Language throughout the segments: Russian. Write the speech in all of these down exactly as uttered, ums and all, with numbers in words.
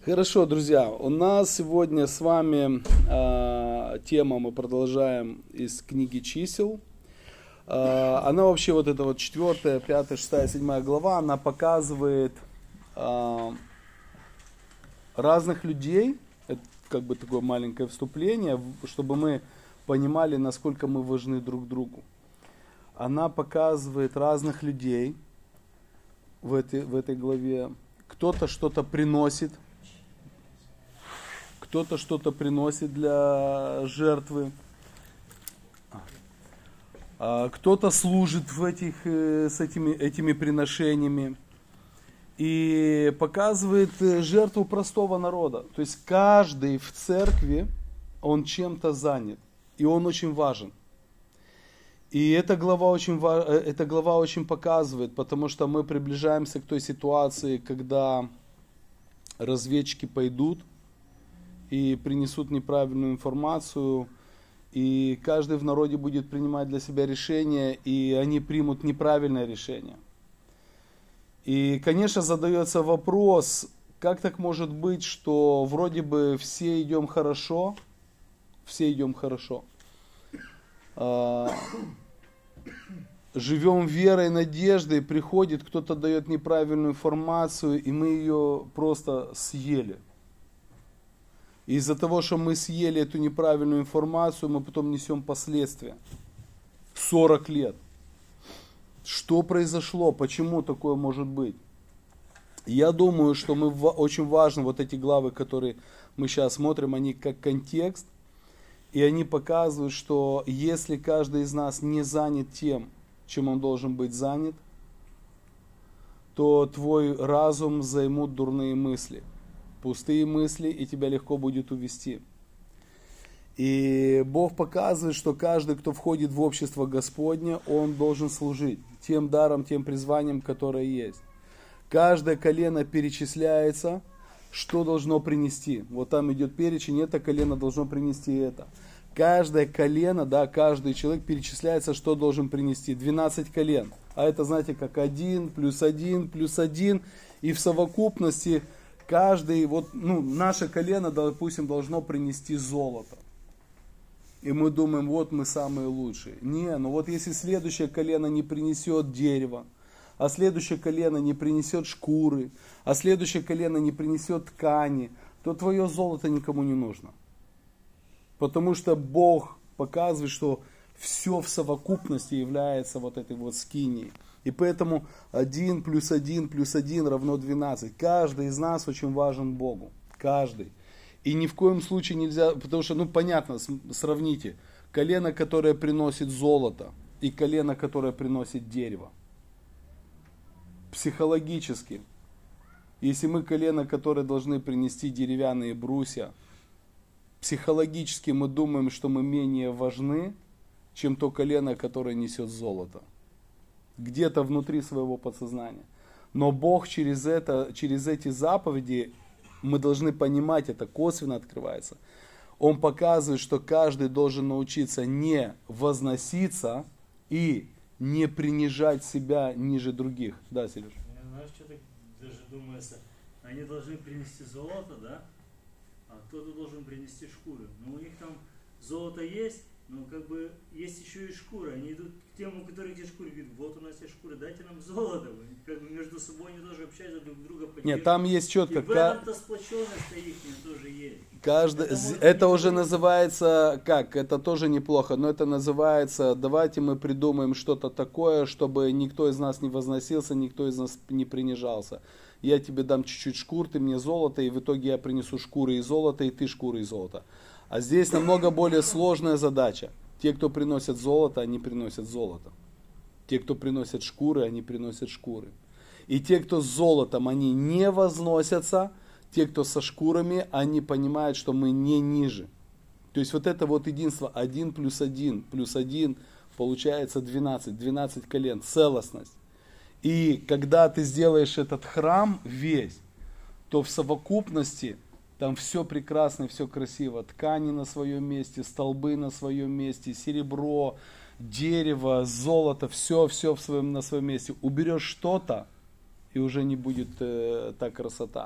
Хорошо, друзья, у нас сегодня с вами э, тема, мы продолжаем из книги чисел. Э, она вообще, вот эта вот четвертая, пятая, шестая, седьмая глава, она показывает э, разных людей, это как бы такое маленькое вступление, чтобы мы понимали, насколько мы важны друг другу. Она показывает разных людей в этой, в этой главе. Кто-то что-то приносит, кто-то что-то приносит для жертвы, кто-то служит в этих, с этими, этими приношениями и показывает жертву простого народа. То есть каждый в церкви, он чем-то занят, и он очень важен. И эта глава очень, эта глава очень показывает, потому что мы приближаемся к той ситуации, когда разведчики пойдут и принесут неправильную информацию, и каждый в народе будет принимать для себя решение, и они примут неправильное решение. И, конечно, задается вопрос, как так может быть, что вроде бы все идем хорошо, все идем хорошо, живем верой, надеждой, приходит, кто-то дает неправильную информацию, и мы ее просто съели. Из-за того, что мы съели эту неправильную информацию, мы потом несем последствия. сорок лет. Что произошло? Почему такое может быть? Я думаю, что мы, очень важно, вот эти главы, которые мы сейчас смотрим, они как контекст. И они показывают, что если каждый из нас не занят тем, чем он должен быть занят, то твой разум займут дурные мысли. Пустые мысли, и тебя легко будет увести. И Бог показывает, что каждый, кто входит в общество Господне, он должен служить тем даром, тем призванием, которое есть. Каждое колено перечисляется, что должно принести. Вот там идет перечень, это колено должно принести это. Каждое колено, да, каждый человек перечисляется, что должен принести. двенадцать колен. А это, знаете, как один, плюс один, плюс один. И в совокупности каждый, вот, ну, наше колено, допустим, должно принести золото. И мы думаем, вот мы самые лучшие. Не, ну вот если следующее колено не принесет дерево, а следующее колено не принесет шкуры, а следующее колено не принесет ткани, то твое золото никому не нужно. Потому что Бог показывает, что все в совокупности является вот этой вот скинией. И поэтому один плюс один плюс один равно двенадцать. Каждый из нас очень важен Богу. Каждый. И ни в коем случае нельзя, потому что, ну понятно, сравните, колено, которое приносит золото, и колено, которое приносит дерево. Психологически. Если мы колено, которое должны принести деревянные брусья, психологически мы думаем, что мы менее важны, чем то колено, которое несет золото. Где-то внутри своего подсознания. Но Бог через это, через эти заповеди, мы должны понимать, это косвенно открывается. Он показывает, что каждый должен научиться не возноситься и не принижать себя ниже других. Да, Сереж? Я, знаешь, что-то даже думается, они должны принести золото, да? А кто-то должен принести шкуры. Но у них там золото есть, но как бы есть еще и шкуры. Они идут к тем, у которых есть шкуры, говорят, вот у нас есть шкуры, дайте нам золото. Как бы между собой они тоже общаются, друг друга поддерживают. Нет, там есть четко. И в этом-то сплоченность-то их тоже есть. Каждый, это, это уже называется, как, это тоже неплохо, но это называется, давайте мы придумаем что-то такое, чтобы никто из нас не возносился, никто из нас не принижался. Я тебе дам чуть-чуть шкур, ты мне золото, и в итоге я принесу шкуры и золото, и ты шкуры и золото. А здесь намного более сложная задача. Те, кто приносят золото, они приносят золото. Те, кто приносят шкуры, они приносят шкуры. И те, кто с золотом, они не возносятся. Те, кто со шкурами, они понимают, что мы не ниже. То есть вот это вот единство, один плюс один плюс один получается двенадцать, двенадцать колен, целостность. И когда ты сделаешь этот храм весь, то в совокупности там все прекрасно, все красиво. Ткани на своем месте, столбы на своем месте, серебро, дерево, золото, все, все в своем, на своем месте. Уберешь что-то, и уже не будет э, та красота.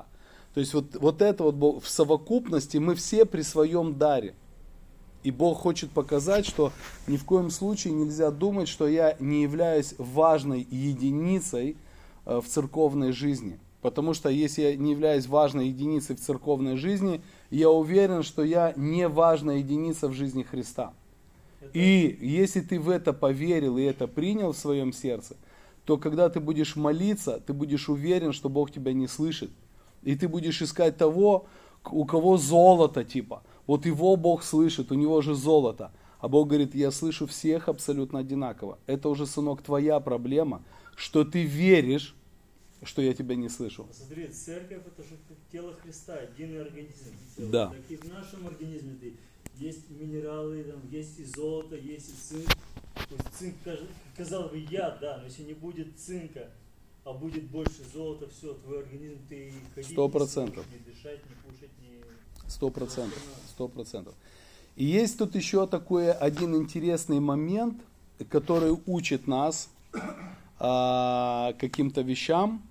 То есть вот, вот это вот Бог, в совокупности мы все при своем даре. И Бог хочет показать, что ни в коем случае нельзя думать, что я не являюсь важной единицей в церковной жизни. Потому что если я не являюсь важной единицей в церковной жизни, я уверен, что я не важная единица в жизни Христа. И если ты в это поверил и это принял в своем сердце, то когда ты будешь молиться, ты будешь уверен, что Бог тебя не слышит. И ты будешь искать того, у кого золото типа. Вот его Бог слышит, у него же золото. А Бог говорит, я слышу всех абсолютно одинаково. Это уже, сынок, твоя проблема, что ты веришь, что я тебя не слышу. Смотри, церковь это же тело Христа, единый организм. Да. Так и в нашем организме есть минералы, там, есть и золото, есть и цинк. То есть цинк, казалось бы, яд, да, но если не будет цинка, а будет больше золота, все, твой организм, ты ходить Сто процентов. не дышать, не кушать, не... Сто процентов. Сто процентов. И есть тут еще такой один интересный момент, который учит нас а, каким-то вещам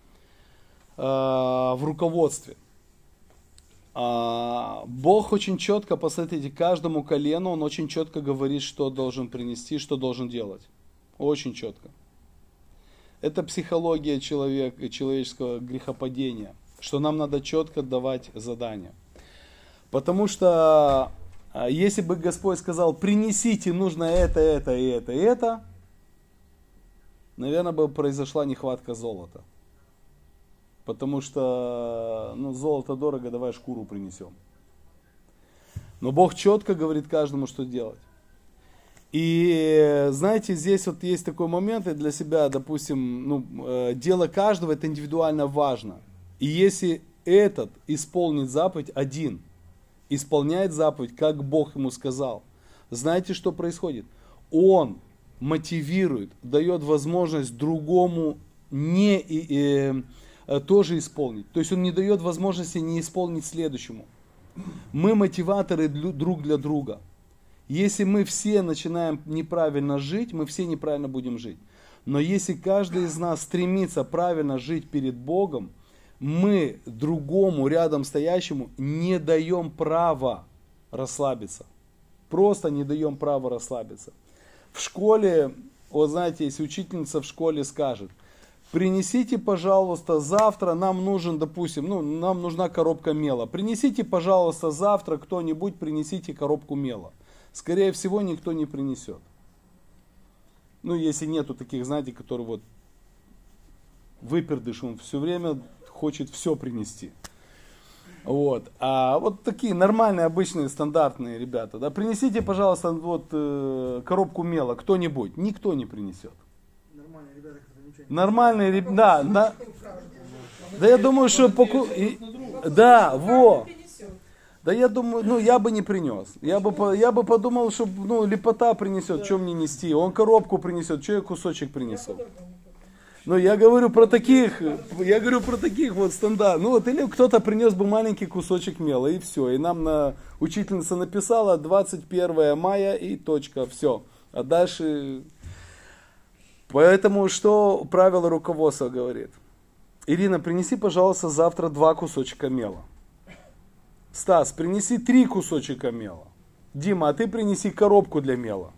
а, в руководстве. А, Бог очень четко, посмотрите, каждому колену Он очень четко говорит, что должен принести, что должен делать. Очень четко. Это психология человека, человеческого грехопадения, что нам надо четко давать задания. Потому что если бы Господь сказал, принесите нужно это, это, и это, и это, наверное, бы произошла нехватка золота. Потому что ну, золото дорого, давай шкуру принесем. Но Бог четко говорит каждому, что делать. И знаете, здесь вот есть такой момент, и для себя, допустим, ну, дело каждого это индивидуально важно. И если этот исполнит заповедь один, исполняет заповедь, как Бог ему сказал, знаете, что происходит? Он мотивирует, дает возможность другому не и, и, тоже исполнить. То есть он не дает возможности не исполнить следующему. Мы мотиваторы друг для друга. Если мы все начинаем неправильно жить, мы все неправильно будем жить. Но если каждый из нас стремится правильно жить перед Богом, мы другому рядом стоящему не даем права расслабиться. Просто не даем права расслабиться. В школе, вот знаете, если учительница в школе скажет, принесите, пожалуйста, завтра, нам нужен, допустим, ну, нам нужна коробка мела. Принесите, пожалуйста, завтра кто-нибудь, принесите коробку мела. Скорее всего, никто не принесет. Ну, если нету таких, знаете, которые вот выпердыш, он все время хочет все принести. Вот. А вот такие нормальные, обычные, стандартные ребята, да, принесите, пожалуйста, вот э, коробку мела, кто-нибудь. Никто не принесет. Нормальные ребята, которые ничего не Нормальные ребята, да, да. Да я думаю, что поку... И... Да, во. Да я думаю, ну я бы не принес. Я бы, я бы подумал, что ну, лепота принесет, что мне нести. Он коробку принесет, что я кусочек принесу. Ну я говорю про таких, я говорю про таких вот стандарт. Ну вот или кто-то принес бы маленький кусочек мела и все. И нам на, учительница написала двадцать первое мая и точка, все. А дальше... Поэтому что правило руководства говорит? Ирина, принеси, пожалуйста, завтра два кусочка мела. Стас, принеси три кусочка мела. Дима, а ты принеси коробку для мела.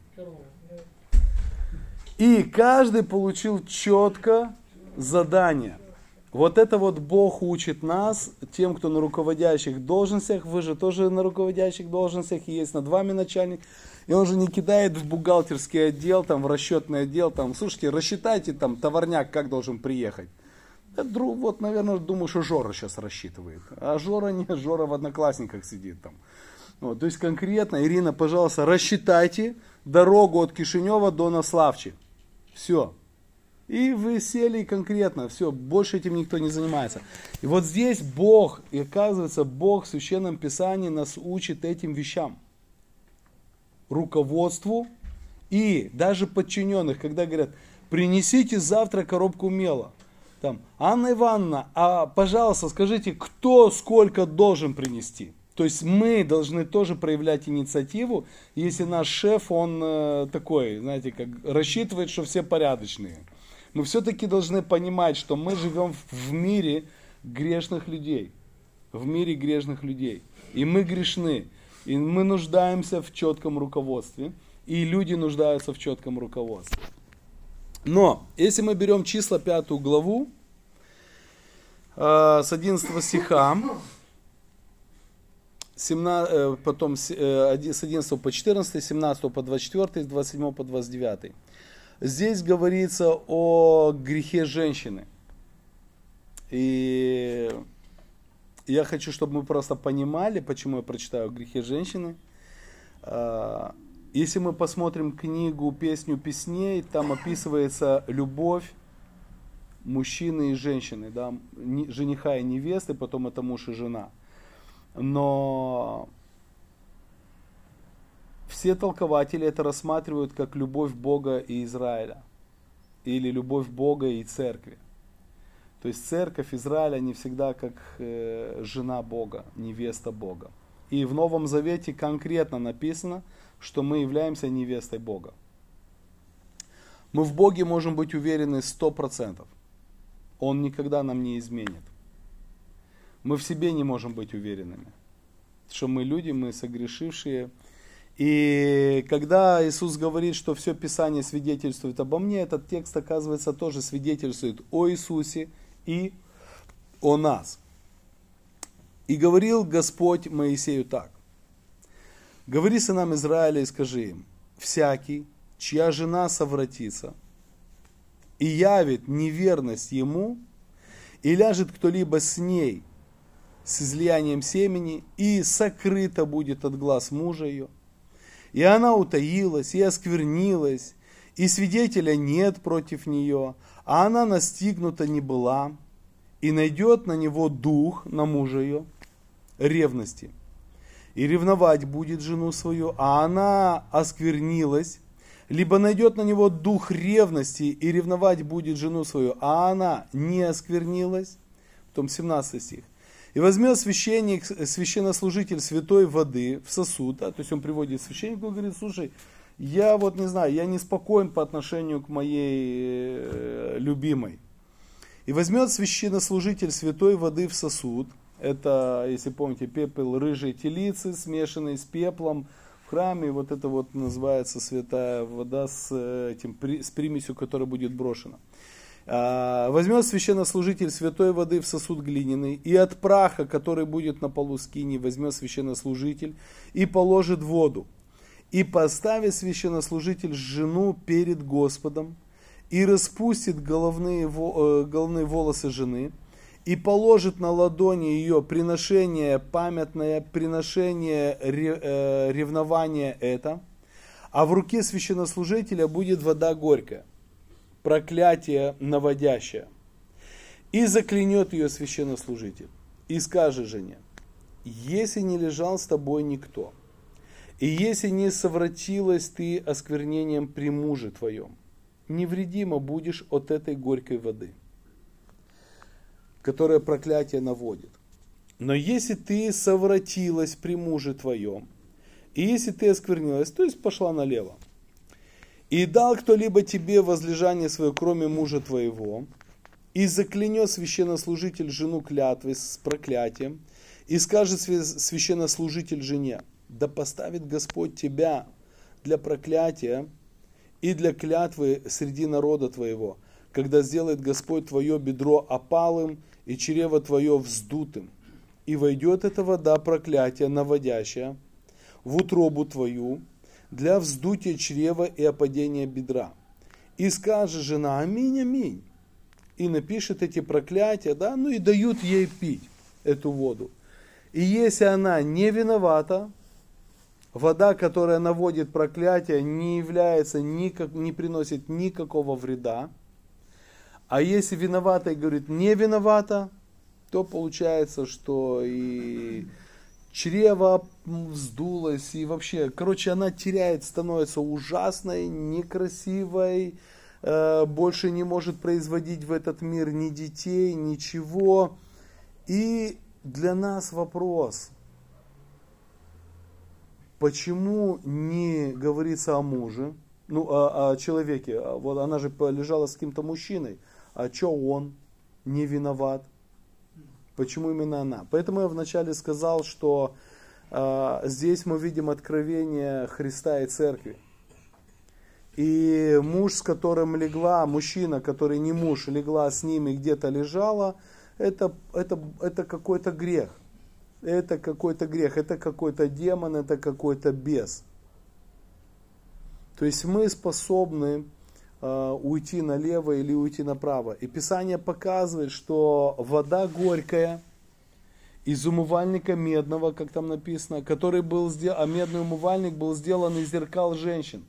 И каждый получил четко задание. Вот это вот Бог учит нас, тем, кто на руководящих должностях. Вы же тоже на руководящих должностях, и есть над вами начальник. И он же не кидает в бухгалтерский отдел, там, в расчетный отдел. Там, слушайте, рассчитайте там товарняк, как должен приехать. Вот, наверное, думаю, что Жора сейчас рассчитывает. А Жора не, Жора в Одноклассниках сидит там. Вот, то есть конкретно, Ирина, пожалуйста, рассчитайте дорогу от Кишинева до Наславчи. Все. И вы сели конкретно, все, больше этим никто не занимается. И вот здесь Бог, и оказывается, Бог в Священном Писании нас учит этим вещам. Руководству и даже подчиненных, когда говорят, принесите завтра коробку мела. Там, Анна Ивановна, а пожалуйста, скажите, кто сколько должен принести? То есть мы должны тоже проявлять инициативу, если наш шеф, он э, такой, знаете, как рассчитывает, что все порядочные. Мы все-таки должны понимать, что мы живем в мире грешных людей. в мире грешных людей. И мы грешны. И мы нуждаемся в четком руководстве. И люди нуждаются в четком руководстве. Но, если мы берем числа пятую главу, э, с одиннадцатого стиха, семнадцать, э, потом с, э, с одиннадцатого по четырнадцатый, с семнадцатого по двадцать четвёртый, с двадцать седьмого по двадцать девятый. Здесь говорится о грехе женщины. И я хочу, чтобы мы просто понимали, почему я прочитаю о грехе женщины. Если мы посмотрим книгу «Песню песней», там описывается любовь мужчины и женщины, да, жениха и невесты, потом это муж и жена. Но все толкователи это рассматривают как любовь Бога и Израиля, или любовь Бога и церкви. То есть церковь Израиля не всегда как э, жена Бога, невеста Бога. И в Новом Завете конкретно написано, что мы являемся невестой Бога. Мы в Боге можем быть уверены сто процентов. Он никогда нам не изменит. Мы в себе не можем быть уверенными. Что мы люди, мы согрешившие. И когда Иисус говорит, что все Писание свидетельствует обо мне, этот текст, оказывается, тоже свидетельствует о Иисусе и о нас. И говорил Господь Моисею так. Говори сынам Израиля и скажи им, всякий, чья жена совратится и явит неверность ему, и ляжет кто-либо с ней с излиянием семени, и сокрыта будет от глаз мужа ее, и она утаилась, и осквернилась, и свидетеля нет против нее, а она настигнута не была, и найдет на него дух, на мужа ее, ревности, и ревновать будет жену свою, а она осквернилась, либо найдет на него дух ревности, и ревновать будет жену свою, а она не осквернилась, потом семнадцатый стих. И возьмет священник, священнослужитель святой воды в сосуд, да, то есть он приводит священнику и говорит, слушай, я вот не знаю, я неспокоен по отношению к моей э, любимой. И возьмет священнослужитель святой воды в сосуд, это, если помните, пепел рыжей телицы, смешанный с пеплом в храме, вот это вот называется святая вода с, этим, с примесью, которая будет брошена. Возьмет священнослужитель святой воды в сосуд глиняный, и от праха, который будет на полу скинии, возьмет священнослужитель и положит воду. И поставит священнослужитель жену перед Господом, и распустит головные, головные волосы жены, и положит на ладони ее приношение, памятное приношение ревнования это, а в руке священнослужителя будет вода горькая, проклятие наводящее. И заклянет ее священнослужитель, и скажет жене, если не лежал с тобой никто, и если не совратилась ты осквернением при муже твоем, невредимо будешь от этой горькой воды, которая проклятие наводит. Но если ты совратилась при муже твоем, и если ты осквернилась, то есть пошла налево, и дал кто-либо тебе возлежание свое, кроме мужа твоего, и заклянет священнослужитель жену клятвой с проклятием, и скажет священнослужитель жене, да поставит Господь тебя для проклятия и для клятвы среди народа твоего, когда сделает Господь твое бедро опалым и чрево твое вздутым. И войдет эта вода проклятия наводящая в утробу твою для вздутия чрева и опадения бедра. И скажет жена, аминь, аминь. И напишет эти проклятия, да, ну и дают ей пить эту воду. И если она не виновата, вода, которая наводит проклятие, не является, никак, не приносит никакого вреда. А если виновата и говорит не виновата, то получается, что и чрево вздулось, и вообще, короче, она теряет, становится ужасной, некрасивой, э, больше не может производить в этот мир ни детей, ничего. И для нас вопрос, почему не говорится о муже, ну, о, о человеке, вот она же лежала с каким-то мужчиной, а что он не виноват? Почему именно она? Поэтому я вначале сказал, что э, здесь мы видим откровение Христа и Церкви. И муж, с которым легла, мужчина, который не муж, легла с ним и где-то лежала, это, это, это какой-то грех. Это какой-то грех, это какой-то демон, это какой-то бес. То есть мы способны э, уйти налево или уйти направо. И Писание показывает, что вода горькая из умывальника медного, как там написано, который был сделан, а медный умывальник был сделан из зеркал женщин.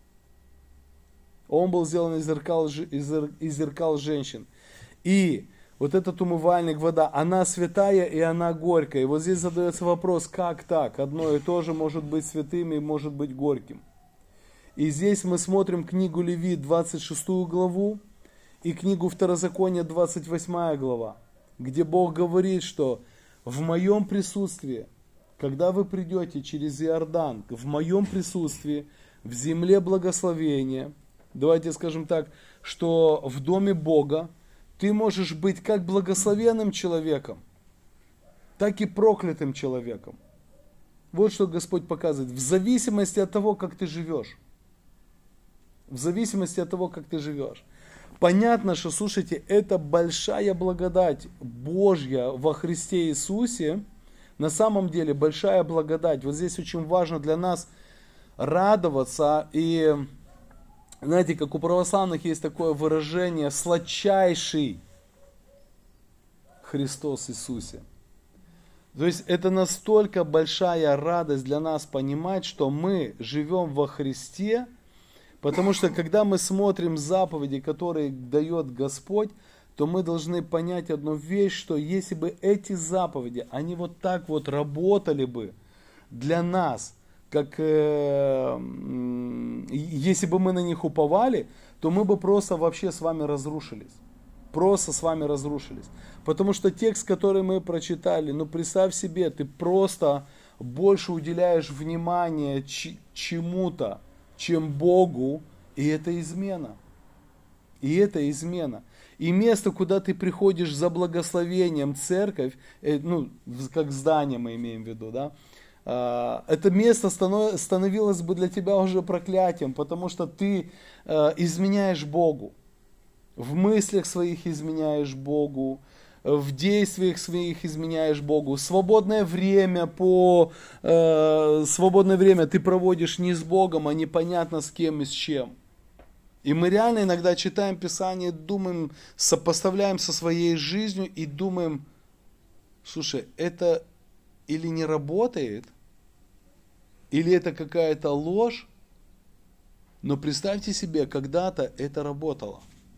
Он был сделан из зеркал, из, из зеркал женщин. И вот этот умывальник, вода, она святая и она горькая. И вот здесь задается вопрос, как так? Одно и то же может быть святым и может быть горьким. И здесь мы смотрим книгу Левит, двадцать шестую главу, и книгу Второзакония, двадцать восьмая глава, где Бог говорит, что в моем присутствии, когда вы придете через Иордан, в моем присутствии, в земле благословения, давайте скажем так, что в доме Бога ты можешь быть как благословенным человеком, так и проклятым человеком. Вот что Господь показывает. В зависимости от того, как ты живешь. В зависимости от того, как ты живешь. Понятно, что, слушайте, это большая благодать Божья во Христе Иисусе. На самом деле большая благодать. Вот здесь очень важно для нас радоваться. И знаете, как у православных есть такое выражение «сладчайший Христос Иисусе». То есть это настолько большая радость для нас понимать, что мы живем во Христе, потому что когда мы смотрим заповеди, которые дает Господь, то мы должны понять одну вещь, что если бы эти заповеди, они вот так вот работали бы для нас, как э, если бы мы на них уповали, то мы бы просто вообще с вами разрушились. Просто с вами разрушились. Потому что текст, который мы прочитали, ну представь себе, ты просто больше уделяешь внимание ч- чему-то, чем Богу, и это измена. И это измена. И место, куда ты приходишь за благословением, церковь, э, ну, как здание мы имеем в виду, да, э, это место станов, становилось бы для тебя уже проклятием, потому что ты э, изменяешь Богу. В мыслях своих изменяешь Богу, в действиях своих изменяешь Богу. Свободное время по э, свободное время ты проводишь не с Богом, а непонятно с кем и с чем. И мы реально иногда читаем Писание, думаем, сопоставляем со своей жизнью и думаем, слушай, это или не работает, или это какая-то ложь, но представьте себе, когда-то это работало.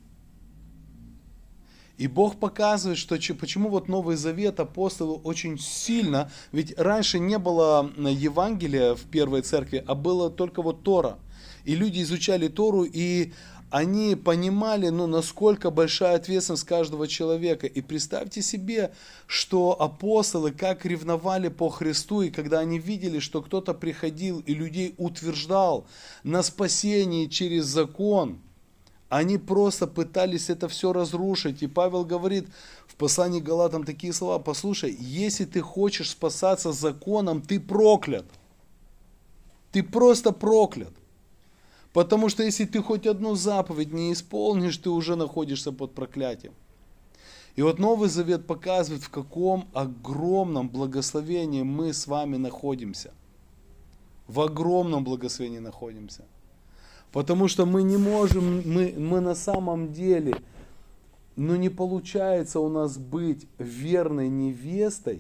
И Бог показывает, что почему вот Новый Завет апостолы очень сильно, ведь раньше не было Евангелия в первой церкви, а было только вот Тора. И люди изучали Тору, и они понимали, ну, насколько большая ответственность каждого человека. И представьте себе, что апостолы как ревновали по Христу, и когда они видели, что кто-то приходил и людей утверждал на спасении через закон, они просто пытались это все разрушить. И Павел говорит в послании к Галатам такие слова: послушай, если ты хочешь спасаться законом, ты проклят. Ты просто проклят. Потому что если ты хоть одну заповедь не исполнишь, ты уже находишься под проклятием. И вот Новый Завет показывает, в каком огромном благословении мы с вами находимся. В огромном благословении находимся. Потому что мы не можем, мы, мы на самом деле, ну не получается у нас быть верной невестой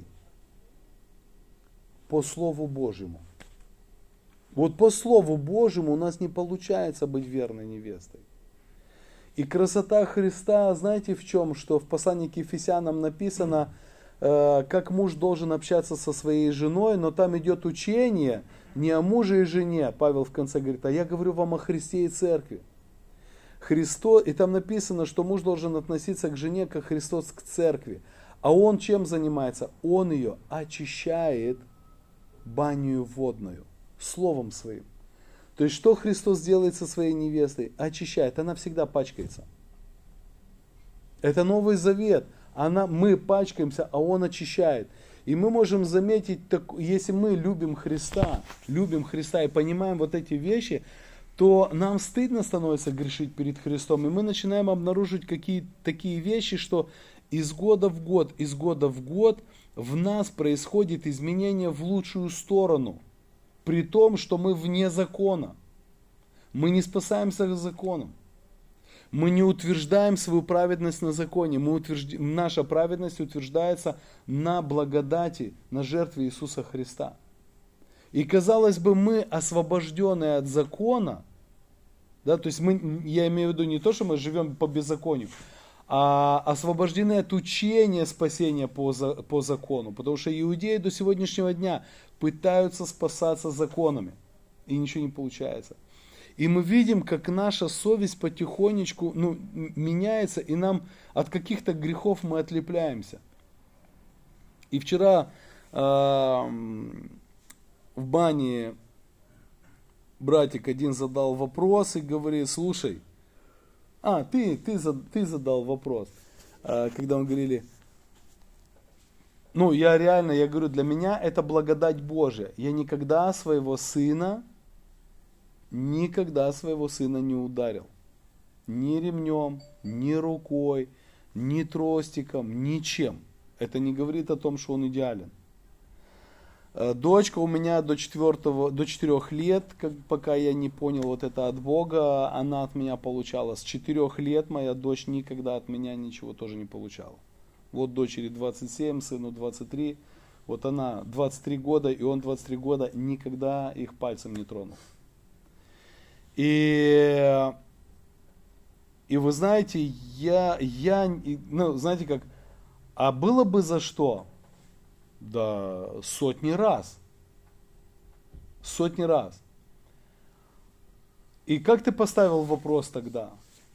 по Слову Божьему. Вот по Слову Божьему у нас не получается быть верной невестой. И красота Христа, знаете в чем? Что в послании к Ефесянам написано, э, как муж должен общаться со своей женой, но там идет учение не о муже и жене. Павел в конце говорит, а я говорю вам о Христе и церкви. Христос, и там написано, что муж должен относиться к жене, как Христос к церкви. А он чем занимается? Он ее очищает банью водную, словом своим. То есть, что Христос делает со своей невестой? Очищает. Она всегда пачкается. Это Новый Завет. Она, мы пачкаемся, а Он очищает. И мы можем заметить, так, если мы любим Христа, любим Христа и понимаем вот эти вещи, то нам стыдно становится грешить перед Христом. И мы начинаем обнаруживать какие-то такие вещи, что из года в год, из года в год в нас происходит изменение в лучшую сторону. При том, что мы вне закона. Мы не спасаемся законом. Мы не утверждаем свою праведность на законе. Мы утвержд... Наша праведность утверждается на благодати, на жертве Иисуса Христа. И казалось бы, мы освобожденные от закона, да, то есть мы, я имею в виду не то, что мы живем по беззаконию, а освобождены от учения спасения по, по закону. Потому что иудеи до сегодняшнего дня пытаются спасаться законами. И ничего не получается. И мы видим, как наша совесть потихонечку ну, меняется, и нам от каких-то грехов мы отлепляемся. И вчера э, в бане братик один задал вопрос и говорит, слушай, а, ты, ты, ты задал вопрос, э, когда мы говорили, ну, я реально, я говорю, для меня это благодать Божия. Я никогда своего сына, никогда своего сына не ударил. Ни ремнем, ни рукой, ни тростиком, ничем. Это не говорит о том, что он идеален. Дочка у меня до, четвертого, до четырех лет, как, пока я не понял вот это от Бога, она от меня получала. С четырех лет моя дочь никогда от меня ничего тоже не получала. Вот дочери двадцать семь, сыну двадцать три. Вот она двадцать три года, и он двадцать три года, никогда их пальцем не тронул. И, и вы знаете, я, я, ну, знаете как, а было бы за что? Да сотни раз. Сотни раз. И как ты поставил вопрос тогда?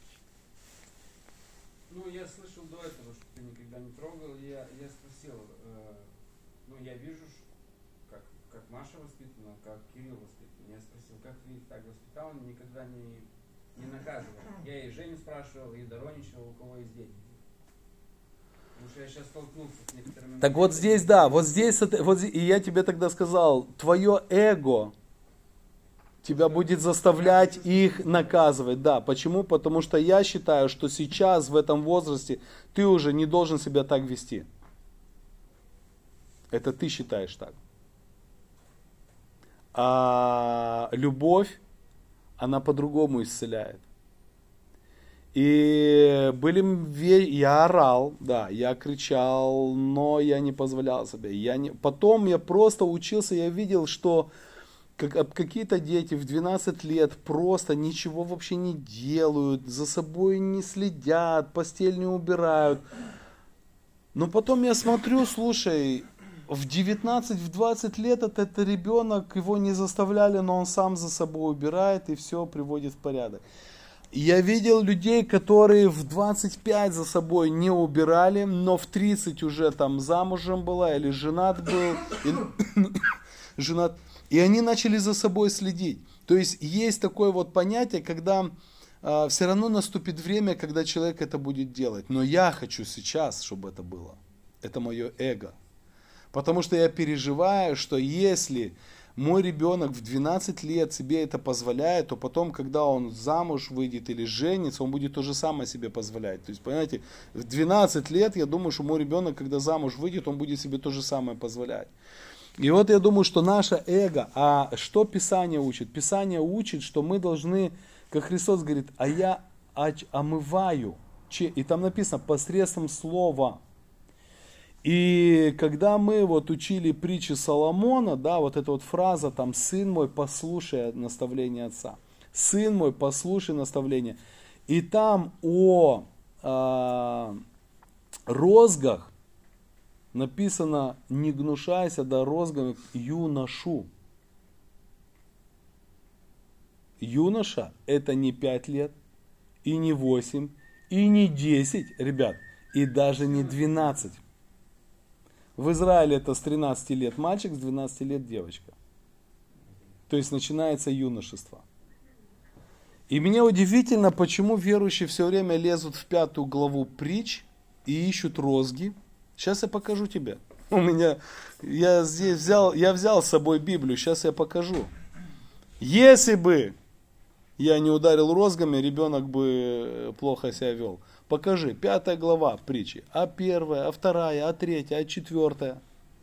Ну, я слышал до этого, что ты никогда не трогал. Я, я спросил, э, ну, я вижу, как, как Маша воспитана, как Кирилл воспитан. Я спросил, как ты их так воспитал, он никогда не, не наказывал. Я и Женю спрашивал, и Дороничева, у кого есть дети. Потому что я сейчас столкнулся с некоторыми... Так вот здесь, да, вот здесь, вот здесь, и я тебе тогда сказал, твое эго тебя будет заставлять их наказывать. Да, почему? Потому что я считаю, что сейчас, в этом возрасте, ты уже не должен себя так вести. Это ты считаешь так. А любовь, она по-другому исцеляет. И были, я орал, да, я кричал, но я не позволял себе. Я не, потом я просто учился, я видел, что как, какие-то дети в двенадцать лет просто ничего вообще не делают, за собой не следят, постель не убирают. Но потом я смотрю, слушай, в девятнадцать, в двадцать лет это, это ребенок, его не заставляли, но он сам за собой убирает и все приводит в порядок. Я видел людей, которые в двадцать пять за собой не убирали, но в тридцать уже там замужем была или женат был, и, женат, и они начали за собой следить. То есть есть такое вот понятие, когда э, все равно наступит время, когда человек это будет делать. Но я хочу сейчас, чтобы это было. Это мое эго. Потому что я переживаю, что если мой ребенок в двенадцать лет себе это позволяет, то потом, когда он замуж выйдет или женится, он будет то же самое себе позволять. То есть, понимаете, в двенадцать лет я думаю, что мой ребенок, когда замуж выйдет, он будет себе то же самое позволять. И вот я думаю, что наше эго, а что Писание учит? Писание учит, что мы должны, как Христос говорит, а я омываю. И там написано, посредством слова. И когда мы вот учили притчи Соломона, да, вот эта вот фраза там, сын мой, послушай наставление отца. Сын мой, послушай наставление. И там о э, розгах написано, не гнушайся да розгами юношу. Юноша это не пять лет, и не восемь, и не десять, ребят, и даже не двенадцать. В Израиле это с тринадцати лет мальчик, с двенадцати лет девочка. То есть начинается юношество. И мне удивительно, почему верующие все время лезут в пятую главу притч и ищут розги. Сейчас я покажу тебе. У меня, я здесь взял, я взял с собой Библию, сейчас я покажу. Если бы я не ударил розгами, ребенок бы плохо себя вел. Покажи, пятая глава притчи, а первая, а вторая, а третья, а четвертая.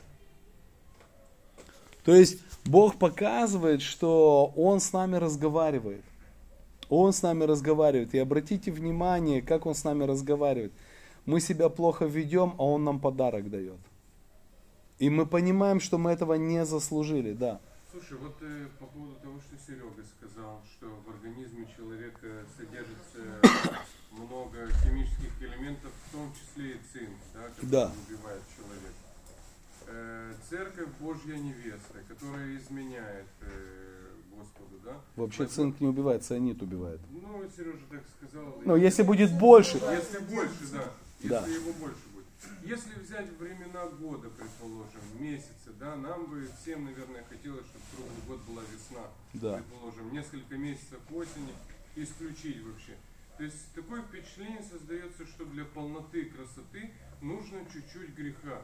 То есть Бог показывает, что Он с нами разговаривает. Он с нами разговаривает. И обратите внимание, как Он с нами разговаривает. Мы себя плохо ведем, а Он нам подарок дает. И мы понимаем, что мы этого не заслужили, да. Слушай, вот э, по поводу того, что Серега сказал, что в организме человека содержится много химических элементов, в том числе и цинк, да, который Да. убивает человека. Э, церковь Божья невеста, которая изменяет э, Господу, да? Вообще Возможно- цинк не убивает, цианид убивает. Ну, Сережа так сказал. Но если будет больше, Если больше, да. Если Да. его больше будет. Если взять времена года, предположим, месяцы, да, нам бы всем, наверное, хотелось, чтобы круглый год была весна. Да. Предположим, несколько месяцев осени исключить вообще. То есть такое впечатление создается, что для полноты красоты нужно чуть-чуть греха.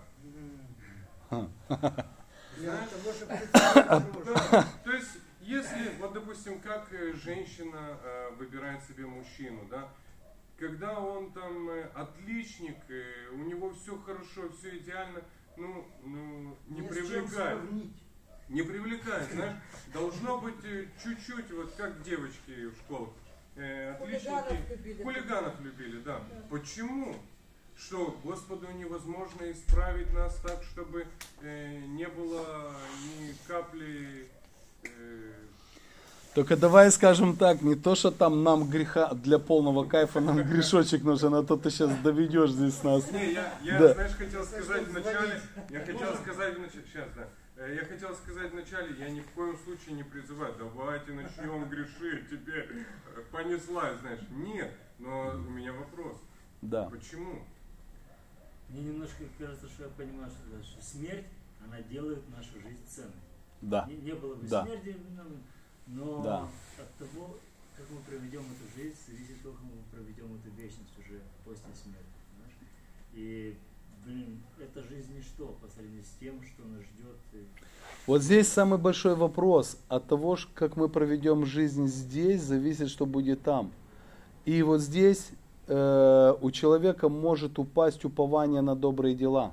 Для того, чтобы представить мужа. Да, то есть, если, вот допустим, как э, женщина э, выбирает себе мужчину, да, когда он там э, отличник, э, у него все хорошо, все идеально, ну, ну не Ни с чем привлекает. сравнить. Не привлекает, знаешь, должно быть э, чуть-чуть, вот как девочки в школах, э, отличники, Хулиганов любили. хулиганов любили, да. Почему? Что Господу невозможно исправить нас так, чтобы э, не было ни капли. э, только давай скажем так, не то, что там нам греха, для полного кайфа нам грешочек нужен, а то ты сейчас доведешь здесь нас. Не, я, я Да. знаешь, хотел сказать вначале, я хотел сказать вначале, сейчас, да, Э, я хотел сказать вначале, я ни в коем случае не призываю, давайте начнем грешить, тебе э, понеслась, знаешь. Нет, но у меня вопрос, Да. почему? Мне немножко кажется, что я понимаю, что, да, что смерть, она делает нашу жизнь ценной. Да. Не, не было бы Да. смерти, ну, но Да. от того, как мы проведем эту жизнь, зависит то, как мы проведем эту вечность уже после смерти. Понимаешь? И, блин, эта жизнь ничто по сравнению с тем, что нас ждет. И Вот здесь самый большой вопрос. От того, ш- как мы проведем жизнь здесь, зависит, что будет там. И вот здесь э, у человека может упасть упование на добрые дела.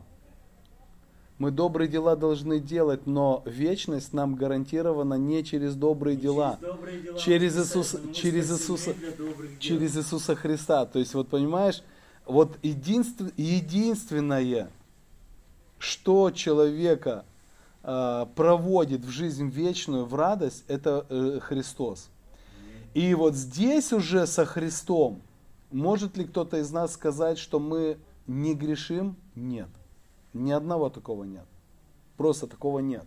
Мы добрые дела должны делать, но вечность нам гарантирована не через добрые не дела, через добрые дела через мы Иисуса- спасаемся, но мы через спасены Иисуса- для добрых дел. через Иисуса Христа. То есть, вот понимаешь, вот единствен- единственное, что человека э, проводит в жизнь вечную, в радость, это э, Христос. И вот здесь уже со Христом, может ли кто-то из нас сказать, что мы не грешим? Нет. Ни одного такого нет. Просто такого нет.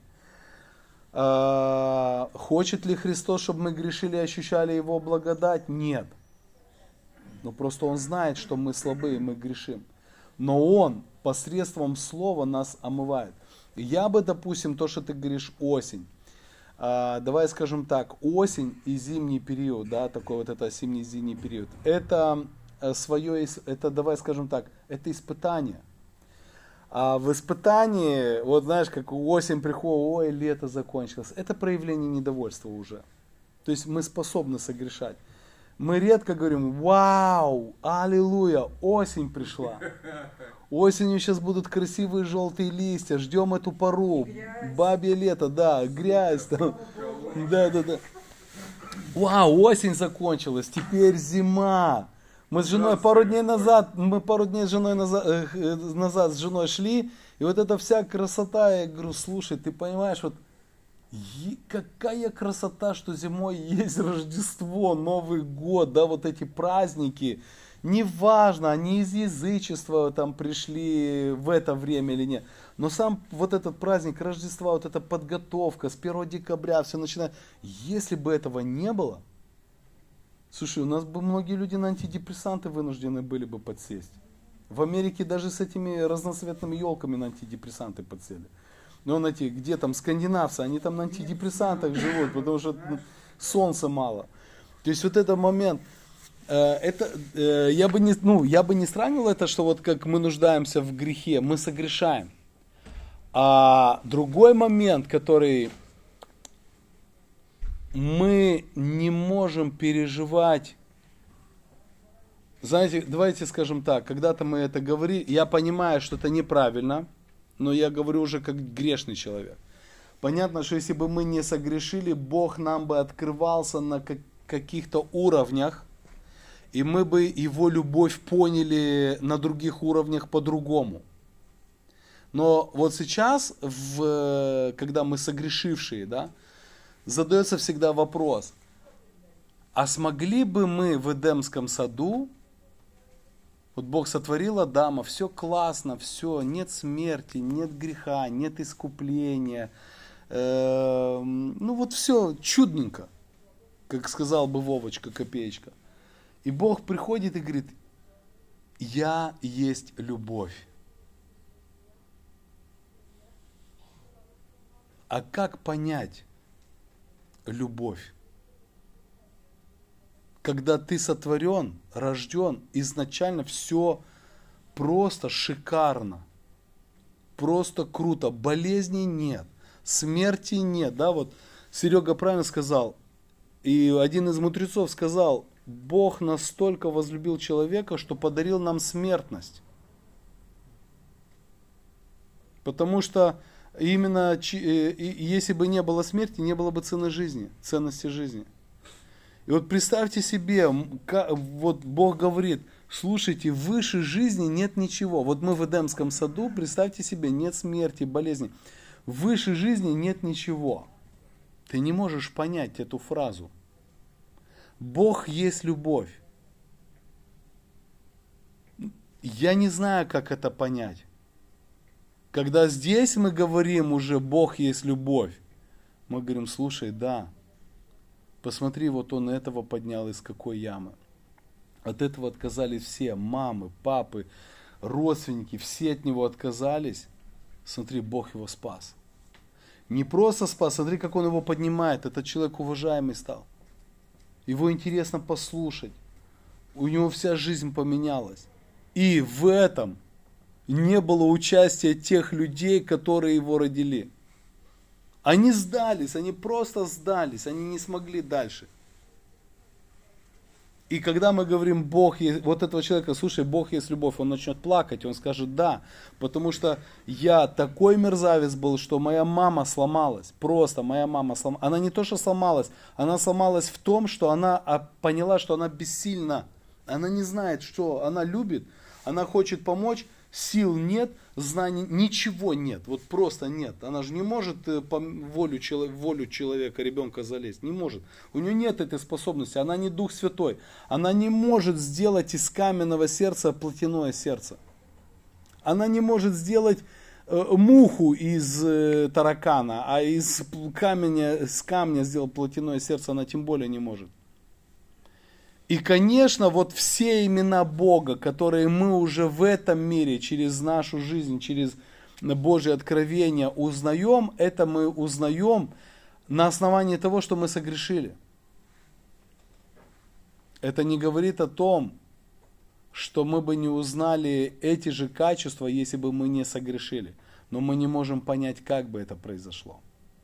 А, хочет ли Христос, чтобы мы грешили и ощущали Его благодать? Нет. Но просто Он знает, что мы слабые, мы грешим. Но Он посредством Слова нас омывает. Я бы, допустим, то, что ты говоришь, осень. А, давай скажем так, осень и зимний период, да, такой вот это осенне-зимний период, это э, свое, ис- это, давай скажем так, это испытание. А в испытании, вот знаешь, как осень приходит, ой, лето закончилось, это проявление недовольства уже. То есть мы способны согрешать. Мы редко говорим, вау, аллилуйя, осень пришла. Осенью сейчас будут красивые желтые листья, ждем эту пору. Грязь. Бабье лето, да, грязь там. Да, да, да. Вау, осень закончилась, теперь зима. Мы с женой пару дней назад, мы пару дней с женой назад, э, э, назад с женой шли, и вот эта вся красота, я говорю, слушай, ты понимаешь, вот е- какая красота, что зимой есть Рождество, Новый год, да, вот эти праздники. Неважно, они из язычества там пришли в это время или нет. Но сам вот этот праздник Рождества, вот эта подготовка с первого декабря, все начинает. Если бы этого не было, слушай, у нас бы многие люди на антидепрессанты вынуждены были бы подсесть. В Америке даже с этими разноцветными елками на антидепрессанты подсели. Но на эти, где там скандинавцы, они там на антидепрессантах живут, потому что ну, солнца мало. То есть вот этот момент. это, я бы не, ну, я бы не сравнивал это, что вот как мы нуждаемся в грехе, мы согрешаем. А другой момент, который мы не можем переживать, знаете, давайте скажем так, когда-то мы это говорили, я понимаю, что это неправильно, но я говорю уже как грешный человек. Понятно, что если бы мы не согрешили, Бог нам бы открывался на каких-то уровнях, и мы бы Его любовь поняли на других уровнях по-другому. Но вот сейчас, в, когда мы согрешившие, да, задается всегда вопрос, а смогли бы мы в Эдемском саду, вот Бог сотворил Адама, все классно, все, нет смерти, нет греха, нет искупления, э, ну вот все чудненько, как сказал бы Вовочка Копеечка. И Бог приходит и говорит, я есть любовь. А как понять любовь? Когда ты сотворен, рожден, изначально все просто шикарно, просто круто, болезней нет, смерти нет, да, вот Серега правильно сказал, и один из мудрецов сказал, Бог настолько возлюбил человека, что подарил нам смертность, потому что именно если бы не было смерти, не было бы цены жизни, ценности жизни. И вот представьте себе, вот Бог говорит, слушайте, выше жизни нет ничего. Вот мы в Эдемском саду, представьте себе, нет смерти, болезни. Выше жизни нет ничего. Ты не можешь понять эту фразу. Бог есть любовь. Я не знаю, как это понять. Когда здесь мы говорим уже Бог есть любовь, мы говорим, слушай, да, посмотри, вот он этого поднял из какой ямы. От этого отказались все, мамы, папы, родственники, все от него отказались. Смотри, Бог его спас. Не просто спас, смотри, как он его поднимает. Этот человек уважаемый стал. Его интересно послушать. У него вся жизнь поменялась. И в этом не было участия тех людей, которые его родили. Они сдались, они просто сдались, они не смогли дальше. И когда мы говорим, Бог есть, вот этого человека, слушай, Бог есть любовь, он начнет плакать, он скажет, да, потому что я такой мерзавец был, что моя мама сломалась, просто моя мама сломалась. Она не то, что сломалась, она сломалась в том, что она поняла, что она бессильна. Она не знает, что она любит, она хочет помочь, сил нет, знаний, ничего нет, вот просто нет. Она же не может по волю, волю человека, ребенка залезть, не может. У нее нет этой способности, она не Дух Святой. Она не может сделать из каменного сердца плотяное сердце. Она не может сделать э, муху из э, таракана, а из камня, с камня сделать плотяное сердце она тем более не может. И, конечно, вот все имена Бога, которые мы уже в этом мире, через нашу жизнь, через Божье откровение узнаем, это мы узнаем на основании того, что мы согрешили. Это не говорит о том, что мы бы не узнали эти же качества, если бы мы не согрешили. Но мы не можем понять, как бы это произошло.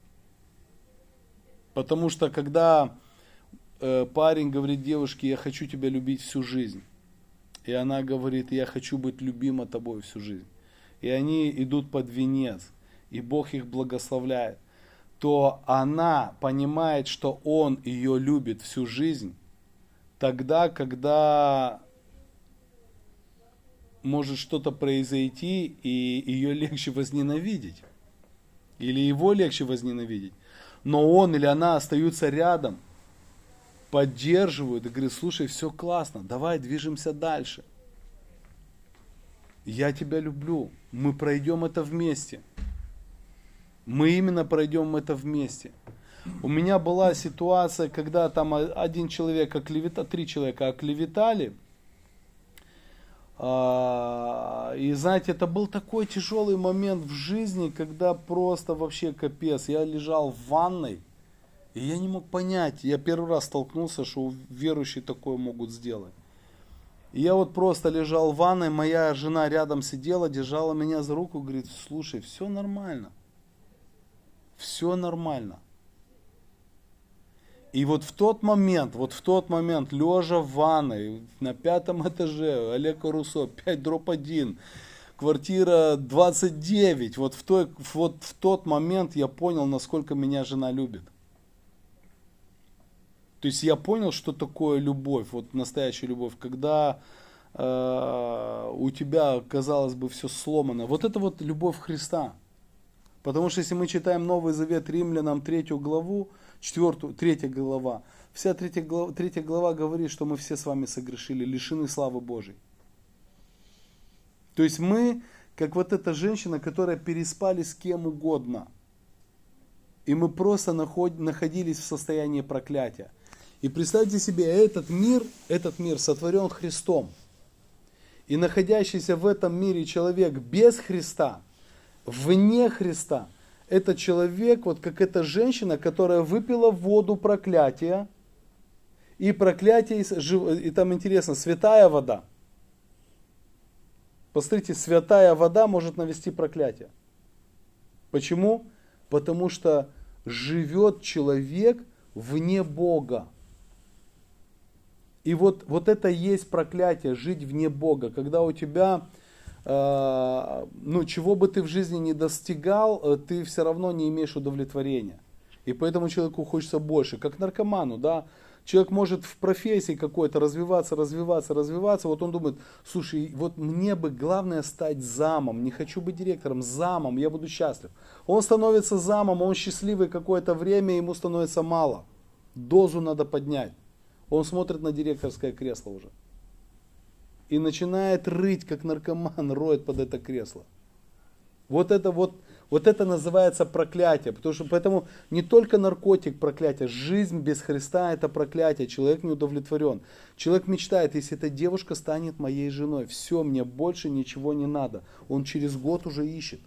Потому что когда парень говорит девушке, я хочу тебя любить всю жизнь. И она говорит, я хочу быть любима тобой всю жизнь. И они идут под венец, и Бог их благословляет. То она понимает, что Он ее любит всю жизнь, тогда, когда может что-то произойти, и ее легче возненавидеть. Или его легче возненавидеть. Но он или она остаются рядом, поддерживают и говорят, слушай, все классно, давай движемся дальше. Я тебя люблю, мы пройдем это вместе. Мы именно пройдем это вместе. У меня была ситуация, когда там один человек оклеветал, три человека оклеветали. И знаете, это был такой тяжелый момент в жизни, когда просто вообще капец. Я лежал в ванной. И я не мог понять, я первый раз столкнулся, что верующие такое могут сделать. И я вот просто лежал в ванной, моя жена рядом сидела, держала меня за руку, говорит, слушай, все нормально. Все нормально. И вот в тот момент, вот в тот момент, лежа в ванной, на пятом этаже, Олег Руссо, пять дробь один, квартира двадцать девять, вот в, той, вот в тот момент я понял, насколько меня жена любит. То есть я понял, что такое любовь, вот настоящая любовь, когда э, у тебя, казалось бы, все сломано. Вот это вот любовь Христа. Потому что если мы читаем Новый Завет Римлянам третью главу, четвертую, третья глава, вся третья глава, третья глава говорит, что мы все с вами согрешили, лишены славы Божьей. То есть мы, как вот эта женщина, которая переспали с кем угодно. И мы просто наход, находились в состоянии проклятия. И представьте себе, этот мир, этот мир сотворен Христом. И находящийся в этом мире человек без Христа, вне Христа, это человек, вот как эта женщина, которая выпила воду проклятия. И проклятие, и там интересно, святая вода. Посмотрите, святая вода может навести проклятие. Почему? Потому что живет человек вне Бога. И вот, вот это и есть проклятие, жить вне Бога. Когда у тебя, э, ну, чего бы ты в жизни не достигал, ты все равно не имеешь удовлетворения. И поэтому человеку хочется больше. Как наркоману, да. Человек может в профессии какой-то развиваться, развиваться, развиваться. Вот он думает, слушай, вот мне бы главное стать замом. Не хочу быть директором, замом, я буду счастлив. Он становится замом, он счастливый какое-то время, ему становится мало. Дозу надо поднять. Он смотрит на директорское кресло уже. И начинает рыть, как наркоман, роет под это кресло. Вот это вот, вот это называется проклятие. Потому что, поэтому не только наркотик проклятие, жизнь без Христа это проклятие. Человек не удовлетворен. Человек мечтает, если эта девушка станет моей женой, все, мне больше ничего не надо. Он через год уже ищет.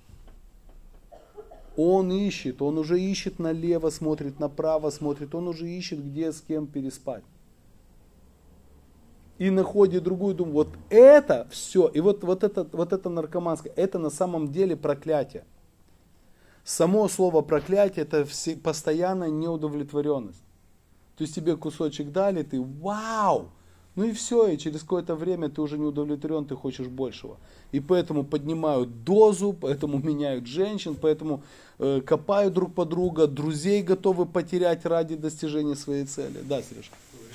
Он ищет, он уже ищет налево, смотрит направо, смотрит, он уже ищет, где с кем переспать. И находит другую, думает, вот это все, и вот, вот, это, вот это наркоманское, это на самом деле проклятие. Само слово проклятие, это все, постоянная неудовлетворенность. То есть тебе кусочек дали, ты вау, ну и все, и через какое-то время ты уже не удовлетворен, ты хочешь большего. И поэтому поднимают дозу, поэтому меняют женщин, поэтому э, копают друг по друга, друзей готовы потерять ради достижения своей цели. Да, Сереж?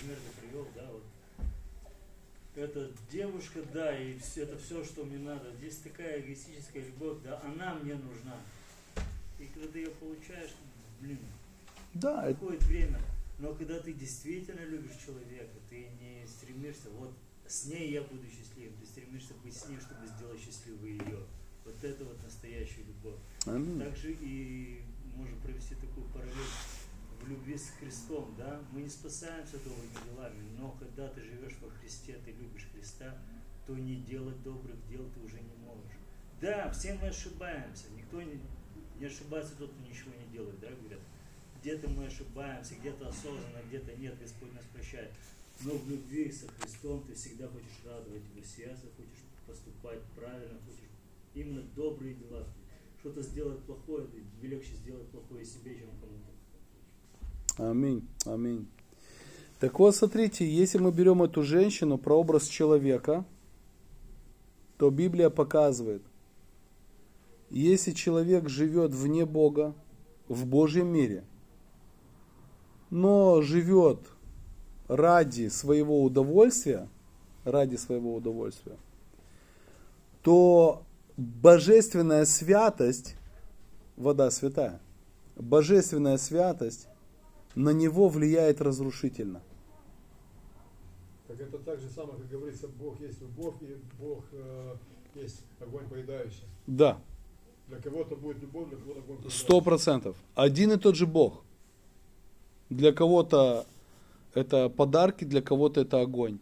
Это девушка, да, и все, это все, что мне надо. Здесь такая эгоистическая любовь, да, она мне нужна. И когда ты ее получаешь, блин, да, проходит это... время. Но когда ты действительно любишь человека, ты не стремишься, вот с ней я буду счастливым, ты стремишься быть с ней, чтобы сделать счастливой ее. Вот это вот настоящая любовь. Аминь. Также и можем провести такую параллель в любви с Христом, да, мы не спасаемся добрыми делами, но когда ты живешь во Христе, ты любишь Христа, то не делать добрых дел ты уже не можешь. Да, все мы ошибаемся, никто не, не ошибается тот, кто ничего не делает, да, говорят. Где-то мы ошибаемся, где-то осознанно, где-то нет, Господь нас прощает. Но в любви со Христом ты всегда хочешь радовать его сердце, хочешь поступать правильно, хочешь именно добрые дела. Что-то сделать плохое, тебе легче сделать плохое себе, чем кому-то. Аминь, аминь. Так вот, смотрите, если мы берем эту женщину, прообраз человека, то Библия показывает, если человек живет вне Бога, в Божьем мире, но живет ради своего удовольствия, ради своего удовольствия, то божественная святость, вода святая, божественная святость на него влияет разрушительно. Так это так же самое, как говорится, Бог есть любовь, и Бог э, есть огонь поедающий. Да. Для кого-то будет любовь, для кого-то огонь поедающий. Сто процентов. Один и тот же Бог. Для кого-то это подарки, для кого-то это огонь.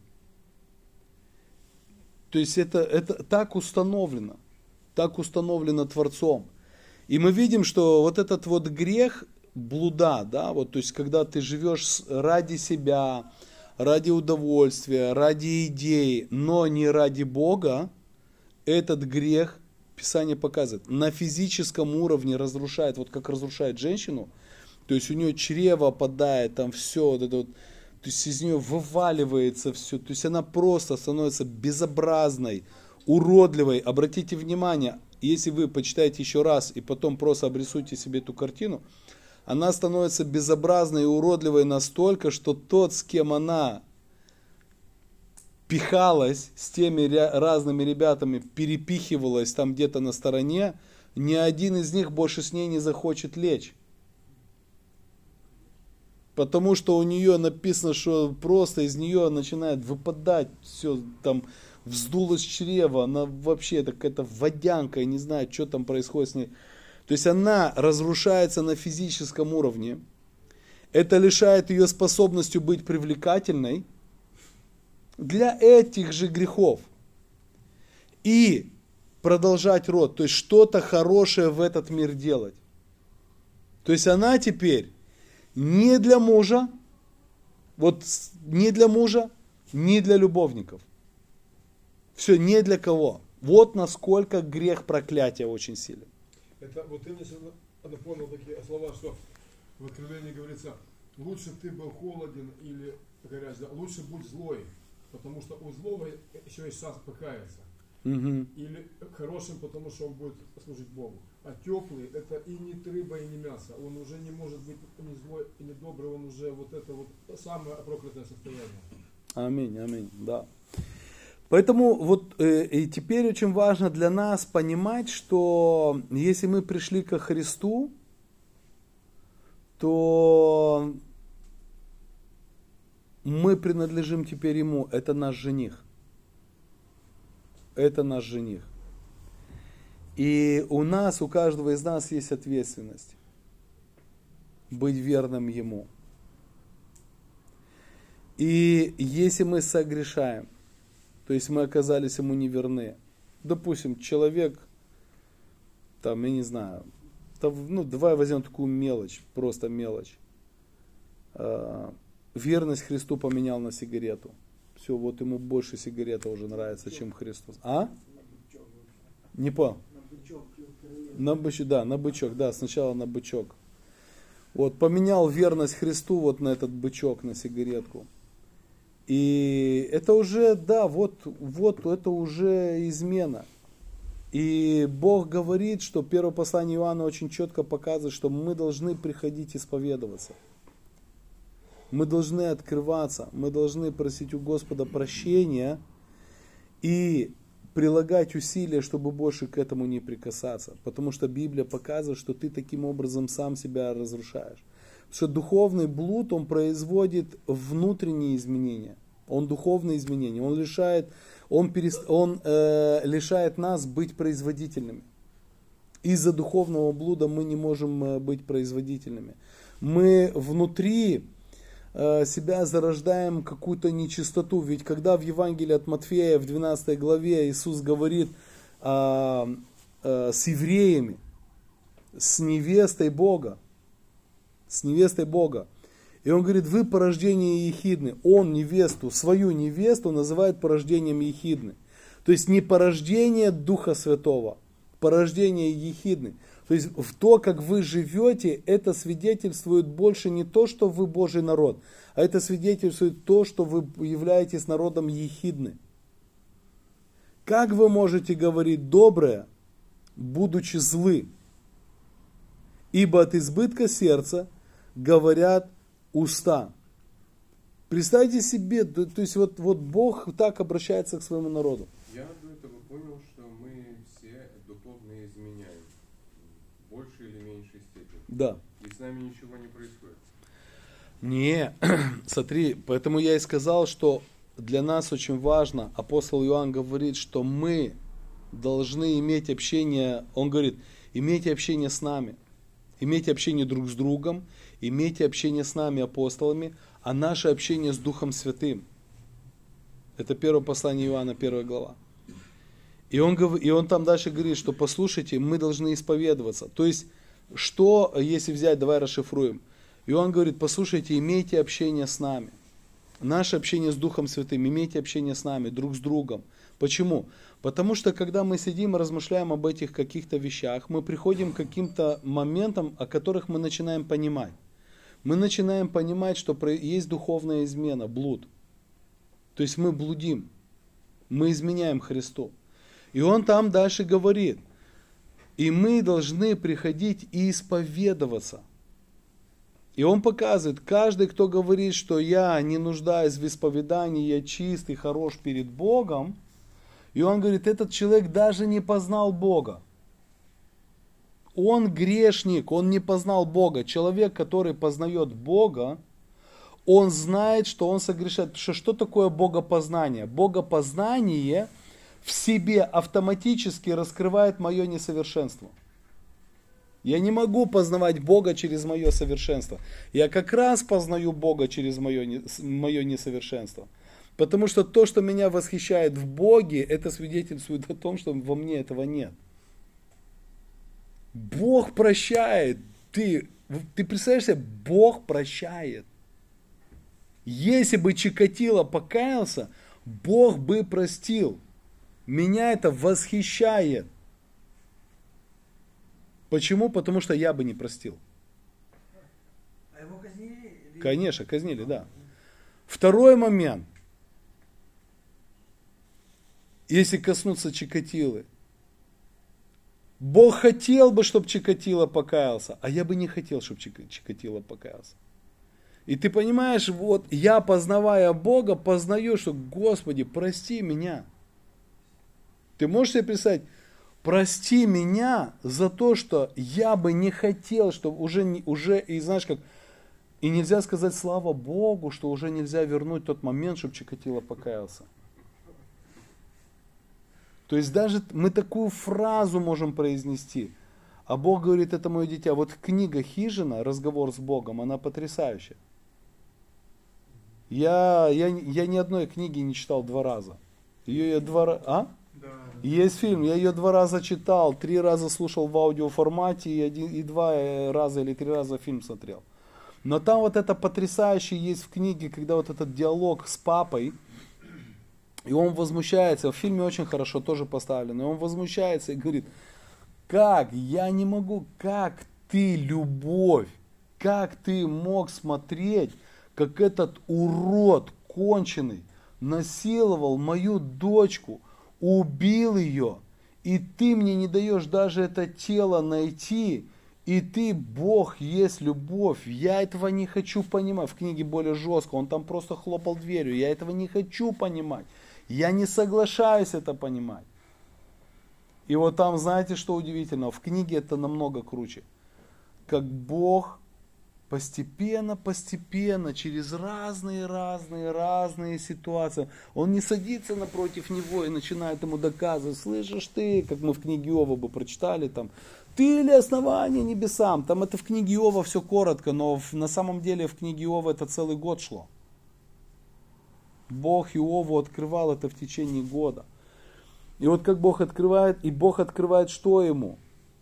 То есть это, это так установлено. Так установлено Творцом. И мы видим, что вот этот вот грех, блуда, да, вот, то есть, когда ты живешь ради себя, ради удовольствия, ради идей, но не ради Бога, этот грех, Писание показывает, на физическом уровне разрушает, вот как разрушает женщину, то есть у нее чрево опадает, там все, вот это вот, то есть из нее вываливается все, то есть она просто становится безобразной, уродливой. Обратите внимание, если вы почитаете еще раз и потом просто обрисуйте себе эту картину, она становится безобразной и уродливой настолько, что тот, с кем она пихалась, с теми разными ребятами, перепихивалась там где-то на стороне, ни один из них больше с ней не захочет лечь. Потому что у нее написано, что просто из нее начинает выпадать все, там вздулось чрево, она вообще это какая-то водянка, я не знаю, что там происходит с ней. То есть она разрушается на физическом уровне. Это лишает ее способности быть привлекательной для этих же грехов. И продолжать род, то есть что-то хорошее в этот мир делать. То есть она теперь не для мужа, вот не для мужа, не для любовников. Все, не для кого. Вот насколько грех проклятия очень силен. Это вот ты мне напомнил такие слова, что в Откровении говорится, лучше ты был холоден или горяч, да, лучше будь злой, потому что у злого еще есть шанс покаяться. Угу. Или хорошим, потому что он будет служить Богу. А теплый, это и не рыба, и не мясо. Он уже не может быть ни злой, и не добрый, он уже вот это вот самое проклятое состояние. Аминь, аминь, да. Поэтому вот э, и теперь очень важно для нас понимать, что если мы пришли ко Христу, то мы принадлежим теперь Ему. Это наш жених. Это наш жених. И у нас, у каждого из нас есть ответственность быть верным Ему. И если мы согрешаем, то есть мы оказались Ему неверны, допустим, человек, там, я не знаю, там, ну, давай возьмем такую мелочь, просто мелочь. Э, верность Христу поменял на сигарету. Все, вот ему больше сигарета уже нравится, чем Христос. А? Не понял. На бычок, да, на бычок, да, сначала на бычок. Вот, поменял верность Христу вот на этот бычок, на сигаретку. И это уже, да, вот, вот, это уже измена. И Бог говорит, что первое послание Иоанна очень четко показывает, что мы должны приходить исповедоваться. Мы должны открываться, мы должны просить у Господа прощения и прилагать усилия, чтобы больше к этому не прикасаться. Потому что Библия показывает, что ты таким образом сам себя разрушаешь. Потому что духовный блуд, он производит внутренние изменения. Он духовные изменения. Он лишает, он перест, он, э, лишает нас быть производительными. Из-за духовного блуда мы не можем быть производительными. Мы внутри себя зарождаем какую-то нечистоту. Ведь когда в Евангелии от Матфея в двенадцатой главе Иисус говорит а, а, с евреями, с невестой Бога, с невестой Бога, и Он говорит, вы порождение Ехидны. Он невесту, свою невесту называет порождением Ехидны. То есть не порождение Духа Святого, порождение Ехидны. То есть в то, как вы живете, это свидетельствует больше не то, что вы Божий народ, а это свидетельствует то, что вы являетесь народом Ехидны. Как вы можете говорить доброе, будучи злы? Ибо от избытка сердца говорят уста. Представьте себе, то, то есть вот, вот Бог так обращается к своему народу. Я до этого понял, что мы все духовно изменяем. В большей или меньшей степени. Да. И с нами ничего не происходит. Не, смотри, поэтому я и сказал, что для нас очень важно, апостол Иоанн говорит, что мы должны иметь общение, он говорит, имейте общение с нами, имейте общение друг с другом, имейте общение с нами, апостолами, а наше общение с Духом Святым. Это первое послание Иоанна, первая глава. И он, и он там дальше говорит, что послушайте, мы должны исповедоваться. То есть что, если взять, давай расшифруем. И он говорит, послушайте, имейте общение с нами. Наше общение с Духом Святым, имейте общение с нами, друг с другом. Почему? Потому что когда мы сидим и размышляем об этих каких-то вещах, мы приходим к каким-то моментам, о которых мы начинаем понимать. Мы начинаем понимать, что есть духовная измена, блуд. То есть мы блудим, мы изменяем Христу. И он там дальше говорит, и мы должны приходить и исповедоваться. И он показывает, каждый, кто говорит, что я не нуждаюсь в исповедании, я чист и хорош перед Богом, и он говорит, этот человек даже не познал Бога. Он грешник, он не познал Бога. Человек, который познает Бога, он знает, что он согрешает. Что, что такое богопознание? Богопознание в себе автоматически раскрывает мое несовершенство. Я не могу познавать Бога через мое совершенство. Я как раз познаю Бога через мое, мое несовершенство. Потому что то, что меня восхищает в Боге, это свидетельствует о том, что во мне этого нет. Бог прощает. Ты, ты представляешь себе, Бог прощает. Если бы Чикатило покаялся, Бог бы простил. Меня это восхищает. Почему? Потому что я бы не простил. А его казнили? Или... Конечно, казнили, да. Второй момент. Если коснуться Чикатилы. Бог хотел бы, чтобы Чикатило покаялся, а я бы не хотел, чтобы Чикатило покаялся. И ты понимаешь, вот я, познавая Бога, познаю, что, Господи, прости меня. Ты можешь себе представить, прости меня за то, что я бы не хотел, чтобы уже, уже и знаешь как, и нельзя сказать слава Богу, что уже нельзя вернуть тот момент, чтобы Чикатило покаялся. То есть даже мы такую фразу можем произнести, а Бог говорит, это мое дитя. Вот книга «Хижина», разговор с Богом, она потрясающая. Я, я, я ни одной книги не читал два раза. Ее я два раза... А? Да. Есть фильм, я ее два раза читал, три раза слушал в аудиоформате и, один, и два раза или три раза фильм смотрел. Но там вот это потрясающе есть в книге, когда вот этот диалог с папой, и он возмущается, в фильме очень хорошо тоже поставлено, и он возмущается и говорит, как, я не могу, как ты, любовь, как ты мог смотреть, как этот урод конченый насиловал мою дочку, убил ее, и ты мне не даешь даже это тело найти, и ты, Бог, есть любовь, я этого не хочу понимать. В книге более жестко, он там просто хлопал дверью, я этого не хочу понимать, я не соглашаюсь это понимать. И вот там, знаете, что удивительно, в книге это намного круче, как Бог постепенно, постепенно, через разные, разные, разные ситуации. Он не садится напротив него и начинает ему доказывать, слышишь ты, как мы в книге Иова бы прочитали, там, ты ли основание небесам? Там это в книге Иова все коротко, но в, на самом деле в книге Иова это целый год шло. Бог Иову открывал это в течение года. И вот как Бог открывает, и Бог открывает что ему?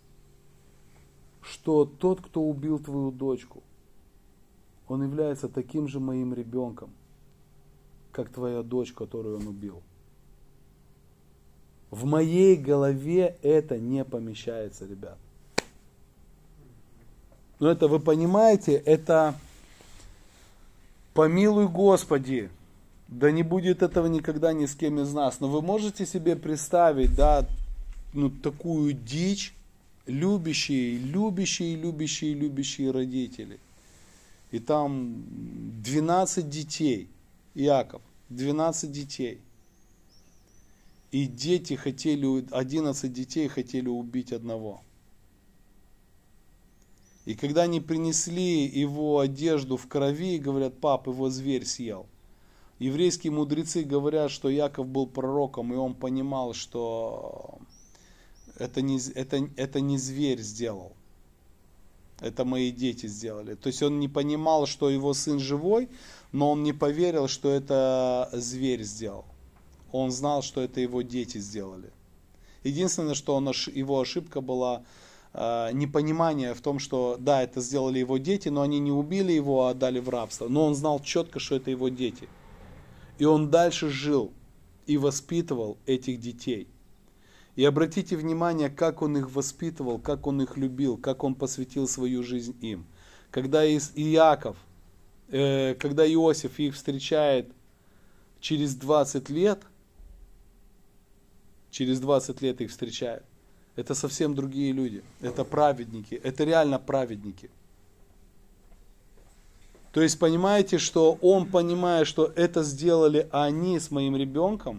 Что тот, кто убил твою дочку, он является таким же моим ребенком, как твоя дочь, которую он убил. В моей голове это не помещается, ребят. Но это, вы понимаете, это помилуй Господи, да не будет этого никогда ни с кем из нас. Но вы можете себе представить, да, ну, такую дичь, любящие, любящие, любящие, любящие родители. И там двенадцать детей, Иаков, двенадцать детей. И дети хотели, одиннадцать детей хотели убить одного. И когда они принесли его одежду в крови, говорят, пап, его зверь съел. Еврейские мудрецы говорят, что Иаков был пророком, и он понимал, что это не, это, это не зверь сделал. Это мои дети сделали. То есть он не понимал, что его сын живой, но он не поверил, что это зверь сделал. Он знал, что это его дети сделали. Единственное, что он, его ошибка была, э, непонимание в том, что да, это сделали его дети, но они не убили его, а отдали в рабство. Но он знал четко, что это его дети. И он дальше жил и воспитывал этих детей. И обратите внимание, как он их воспитывал, как он их любил, как он посвятил свою жизнь им. Когда Иаков, э, когда Иосиф их встречает через двадцать лет, через двадцать лет их встречает, это совсем другие люди. Это праведники, это реально праведники. То есть понимаете, что он, понимая, что это сделали они с моим ребенком,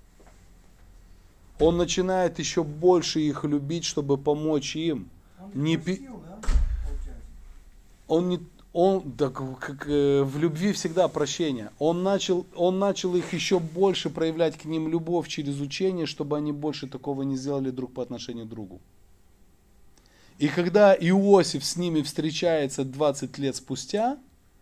он начинает еще больше их любить, чтобы помочь им. Он Не не пи- простил, да, получается? Он не, он, так, как, э, в любви всегда прощение. Он начал, он начал их еще больше проявлять к ним любовь через учение, чтобы они больше такого не сделали друг по отношению к другу. И когда Иосиф с ними встречается двадцать лет спустя,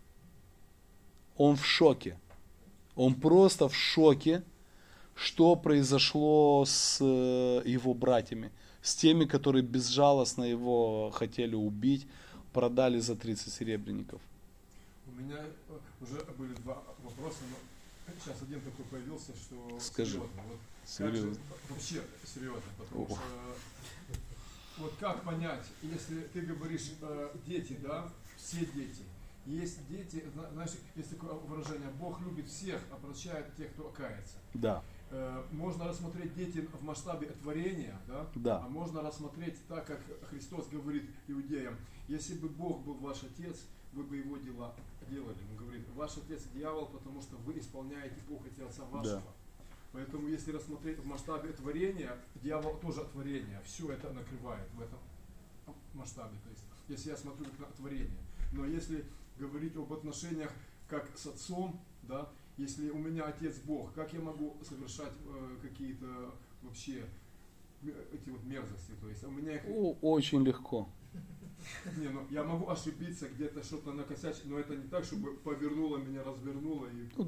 он в шоке. Он просто в шоке, что произошло с его братьями, с теми, которые безжалостно его хотели убить, продали за тридцать серебряников. У меня э, уже были два вопроса, но сейчас один такой появился, что Скажи. серьезно. Вот Серьезно. Как же, вообще серьезно, потому О. что вот как понять, если ты говоришь э, дети, да, все дети. Есть дети, зна- знаешь, есть такое выражение: Бог любит всех, а прощает тех, кто кается. Да, Э, Можно рассмотреть дети в масштабе творения, да? да, А можно рассмотреть так, как Христос говорит иудеям: если бы Бог был ваш отец, вы бы его дела делали. Он говорит: ваш отец дьявол, потому что вы исполняете похоти отца вашего. Да. Поэтому если рассмотреть в масштабе творения, дьявол тоже творение, все это накрывает в этом масштабе. То есть, если я смотрю как на творение. Но если говорить об отношениях как с отцом, да, если у меня отец Бог, как я могу совершать э, какие-то вообще м- эти вот мерзости? То есть у меня их... О, очень легко. Не, ну, я могу ошибиться, где-то что-то накосячить, но это не так, чтобы повернуло меня, развернуло и... Ну,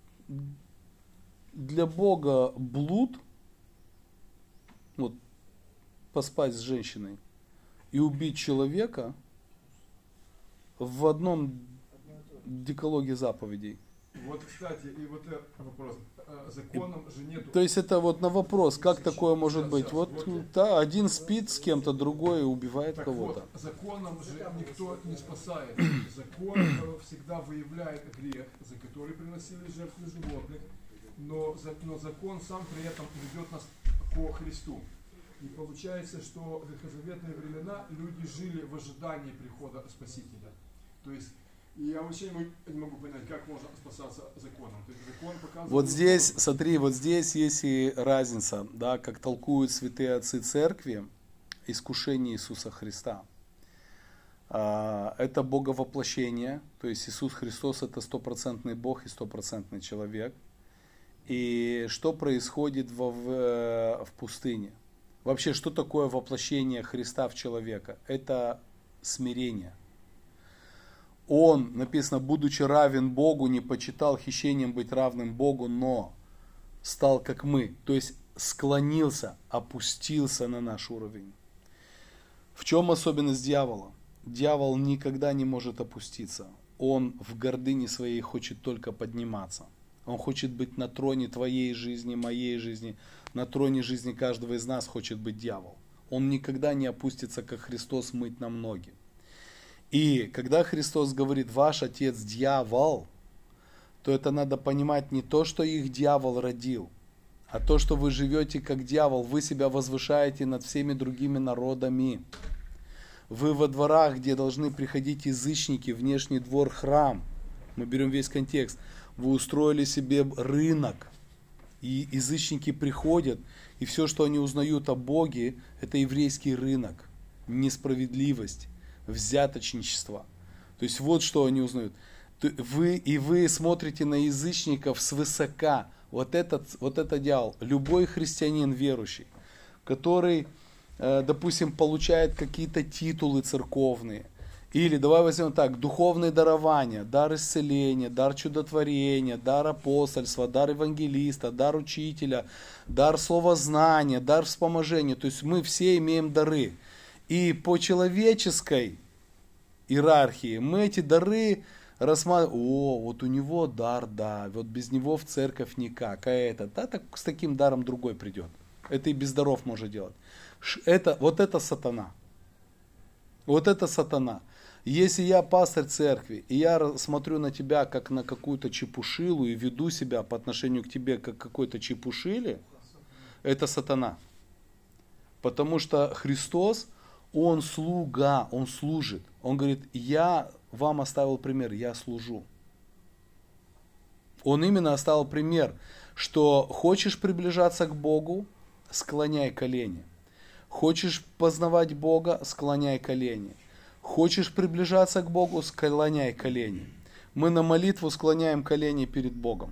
Для Бога блуд, вот поспать с женщиной и убить человека в одном декалоге заповедей. Вот, кстати, и вот этот вопрос. Э, Законом же нету... То есть это вот на вопрос, как такое может Сейчас, быть? сейчас, Вот вот. да, один спит с кем-то, другой убивает Так кого-то. вот, законом же никто не спасает. Закон э, всегда выявляет грех, за который приносили жертвы животных, но, за- но закон сам при этом ведет нас ко Христу. И получается, что в ветхозаветные времена люди жили в ожидании прихода Спасителя. То есть, и я вообще не могу, не могу понять, как можно спасаться законом. То есть закон показывает... Вот здесь, смотри, вот здесь есть и разница, да, как толкуют святые отцы церкви, искушение Иисуса Христа. А, Это боговоплощение, то есть Иисус Христос это стопроцентный Бог и стопроцентный человек. И что происходит во- в, в пустыне? Вообще, что такое воплощение Христа в человека? Это смирение. Он, написано, будучи равен Богу, не почитал хищением быть равным Богу, но стал как мы. То есть склонился, опустился на наш уровень. В чем особенность дьявола? Дьявол никогда не может опуститься. Он в гордыне своей хочет только подниматься. Он хочет быть на троне твоей жизни, моей жизни, на троне жизни каждого из нас хочет быть дьявол. Он никогда не опустится, как Христос, мыть нам ноги. И когда Христос говорит: ваш отец дьявол, то это надо понимать не то, что их дьявол родил, а то, что вы живете как дьявол, вы себя возвышаете над всеми другими народами. Вы во дворах, где должны приходить язычники, внешний двор храм, мы берем весь контекст, вы устроили себе рынок, и язычники приходят, и все, что они узнают о Боге, это еврейский рынок, несправедливость, взяточничество. То есть вот что они узнают. Вы, и вы смотрите на язычников свысока. Вот этот, вот это дьявол. Любой христианин верующий, который, допустим, получает какие-то титулы церковные, или, давай возьмем так, духовные дарования, дар исцеления, дар чудотворения, дар апостольства, дар евангелиста, дар учителя, дар словознания, дар вспоможения. То есть мы все имеем дары. И по человеческой иерархии мы эти дары рассматриваем. О, вот у него дар, да, вот без него в церковь никак. А это, да, так с таким даром другой придет. Это и без даров может делать. Это, вот это сатана. Вот это сатана. Если я пастырь церкви, и я смотрю на тебя как на какую-то чепушилу и веду себя по отношению к тебе как к какой-то чепушиле, это сатана. Потому что Христос, Он слуга, Он служит. Он говорит, я вам оставил пример, я служу. Он именно оставил пример, что хочешь приближаться к Богу, склоняй колени. Хочешь познавать Бога, склоняй колени. Хочешь приближаться к Богу, склоняй колени. Мы на молитву склоняем колени перед Богом.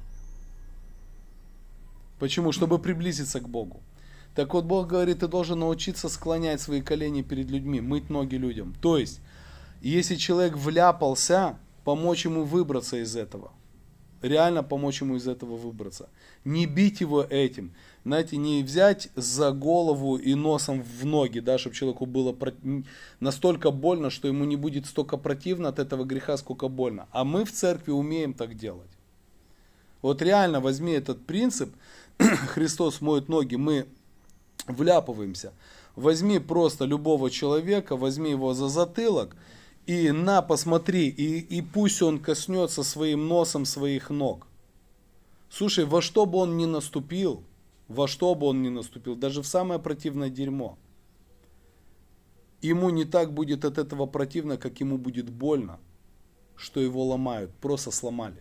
Почему? Чтобы приблизиться к Богу. Так вот, Бог говорит, ты должен научиться склонять свои колени перед людьми, мыть ноги людям. То есть, если человек вляпался, помочь ему выбраться из этого. Реально помочь ему из этого выбраться. Не бить его этим. Знаете, не взять за голову и носом в ноги, да, чтобы человеку было настолько больно, что ему не будет столько противно от этого греха, сколько больно. А мы в церкви умеем так делать. Вот реально возьми этот принцип, Христос моет ноги, мы вляпываемся. Возьми просто любого человека, возьми его за затылок и на, посмотри, и, и пусть он коснется своим носом своих ног. Слушай, во что бы он ни наступил, во что бы он ни наступил, даже в самое противное дерьмо, ему не так будет от этого противно, как ему будет больно, что его ломают, просто сломали.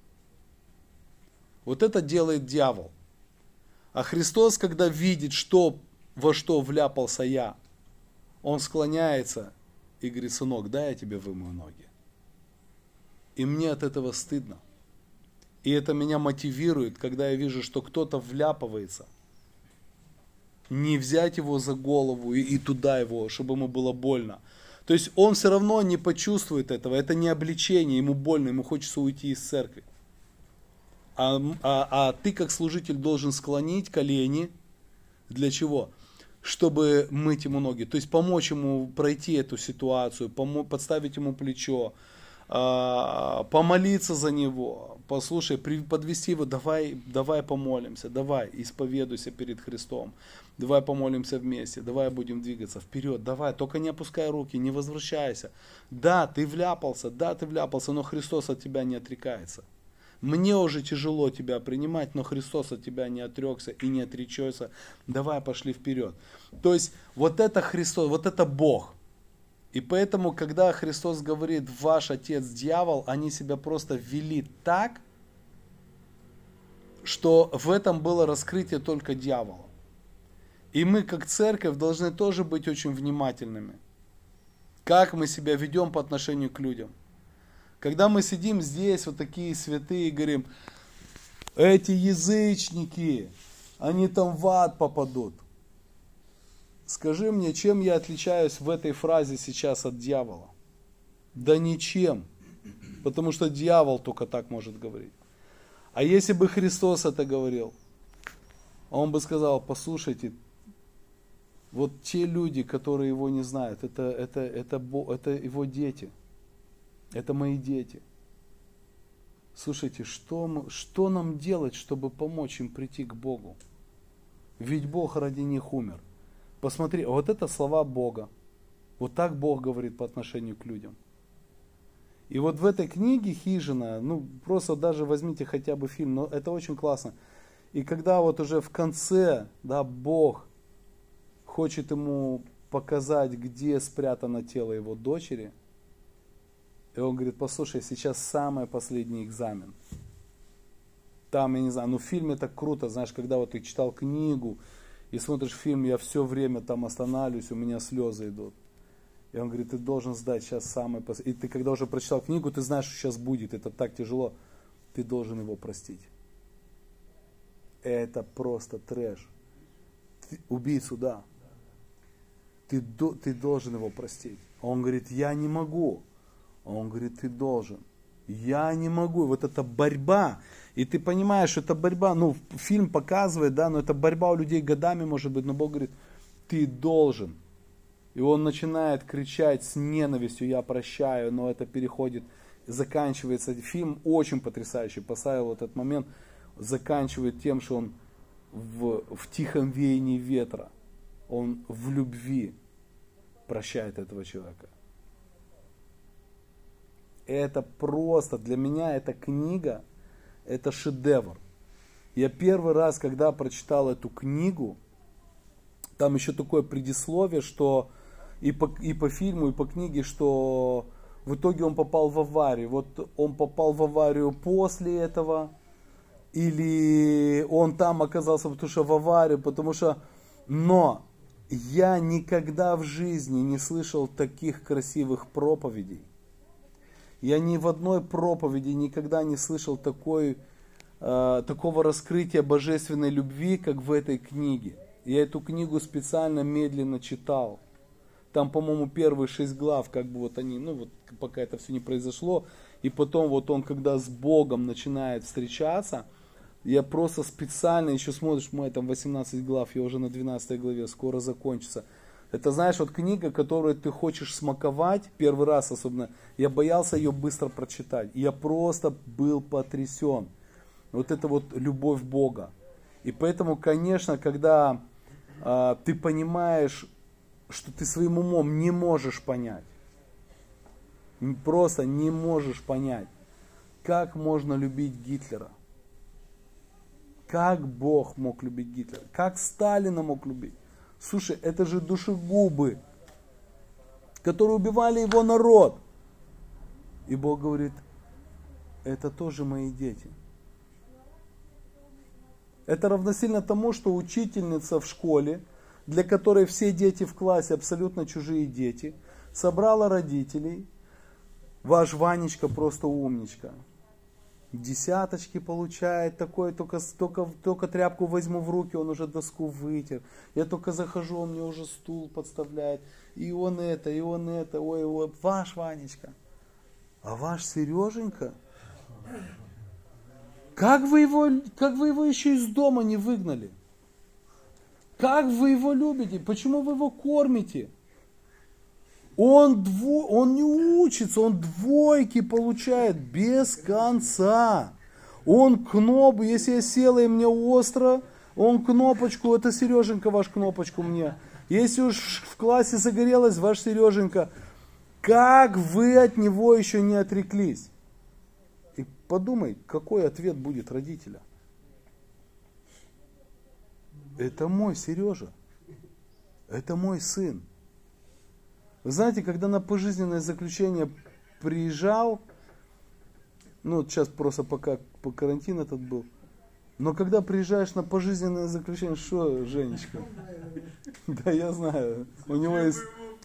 Вот это делает дьявол. А Христос, когда видит, что, во что вляпался я, он склоняется и говорит, сынок, дай я тебе вымою ноги. И мне от этого стыдно. И это меня мотивирует, когда я вижу, что кто-то вляпывается. Не взять его за голову и, и туда его, чтобы ему было больно. То есть он все равно не почувствует этого. Это не обличение, ему больно, ему хочется уйти из церкви. А, а, а ты как служитель должен склонить колени. Для чего? Чтобы мыть ему ноги. То есть помочь ему пройти эту ситуацию, помо- подставить ему плечо, э- помолиться за него. Послушай, при- подвести его, давай, давай помолимся, давай исповедуйся перед Христом. Давай помолимся вместе, давай будем двигаться вперед, давай, только не опускай руки, не возвращайся. Да, ты вляпался, да, ты вляпался, но Христос от тебя не отрекается. Мне уже тяжело тебя принимать, но Христос от тебя не отрекся и не отречется. Давай пошли вперед. То есть вот это Христос, вот это Бог. И поэтому, когда Христос говорит, ваш отец дьявол, они себя просто вели так, что в этом было раскрытие только дьявола. И мы, как церковь, должны тоже быть очень внимательными. Как мы себя ведем по отношению к людям. Когда мы сидим здесь, вот такие святые, и говорим, эти язычники, они там в ад попадут. Скажи мне, чем я отличаюсь в этой фразе сейчас от дьявола? Да ничем. Потому что дьявол только так может говорить. А если бы Христос это говорил, он бы сказал, послушайте, вот те люди, которые его не знают, это, это, это, это его дети. Это мои дети. Слушайте, что, мы, что нам делать, чтобы помочь им прийти к Богу? Ведь Бог ради них умер. Посмотри, вот это слова Бога. Вот так Бог говорит по отношению к людям. И вот в этой книге «Хижина», ну просто даже возьмите хотя бы фильм, но это очень классно. И когда вот уже в конце, да, Бог хочет ему показать, где спрятано тело его дочери, и он говорит, послушай, сейчас самый последний экзамен. Там, я не знаю, ну в фильме так круто, знаешь, когда вот ты читал книгу и смотришь фильм, я все время там останавливаюсь, у меня слезы идут. И он говорит, ты должен сдать сейчас самый последний. И ты когда уже прочитал книгу, ты знаешь, что сейчас будет, это так тяжело. Ты должен его простить. Это просто трэш. Ты, убийцу, да. Ты, ты должен его простить. Он говорит, я не могу. Он говорит, ты должен. Я не могу. Вот это борьба. И ты понимаешь, что это борьба. Ну, фильм показывает, да, но это борьба у людей годами может быть. Но Бог говорит, ты должен. И И он начинает кричать с ненавистью: я прощаю, но это переходит, заканчивается. Фильм очень потрясающий. Павел в этот момент заканчивает тем, что он в, в тихом веянии ветра, он в любви прощает этого человека. Это просто, для меня эта книга, это шедевр. Я первый раз, когда прочитал эту книгу, там еще такое предисловие, что и по, и по фильму, и по книге, что в итоге он попал в аварию. Вот он попал в аварию после этого, или он там оказался, потому что в аварии, потому что... Но я никогда в жизни не слышал таких красивых проповедей. Я ни в одной проповеди никогда не слышал такой, э, такого раскрытия божественной любви, как в этой книге. Я эту книгу специально медленно читал. Там, по-моему, первые шесть глав, как бы вот они, ну вот пока это все не произошло. И потом вот он, когда с Богом начинает встречаться, я просто специально, еще смотришь, мой там восемнадцать глав, я уже на двенадцатой главе, скоро закончится. Это, знаешь, вот книга, которую ты хочешь смаковать, первый раз особенно, я боялся ее быстро прочитать. Я просто был потрясен. Вот это вот любовь Бога. И поэтому, конечно, когда э, ты понимаешь, что ты своим умом не можешь понять, просто не можешь понять, как можно любить Гитлера. Как Бог мог любить Гитлера? Как Сталина мог любить? Слушай, это же душегубы, которые убивали его народ. И Бог говорит: это тоже мои дети. Это равносильно тому, что учительница в школе, для которой все дети в классе абсолютно чужие дети, собрала родителей: ваш Ванечка просто умничка. Десяточки получает, такой, только, только, только тряпку возьму в руки, он уже доску вытер. Я только захожу, он мне уже стул подставляет. И он это, и он это, ой, ой, ваш Ванечка. А ваш Сереженька? Как вы его, как вы его еще из дома не выгнали? Как вы его любите? Почему вы его кормите? Он, дво, он не учится, он двойки получает без конца. Он кнопку, если я села и мне остро, он кнопочку, это Сереженька, ваш кнопочку мне. Если уж в классе загорелась, ваш Сереженька, как вы от него еще не отреклись? И подумай, какой ответ будет родителя. Это мой Сережа, это мой сын. Вы знаете, когда на пожизненное заключение приезжал, ну сейчас просто пока по карантин этот был, но когда приезжаешь на пожизненное заключение, что, Женечка? Да, я знаю. У него есть...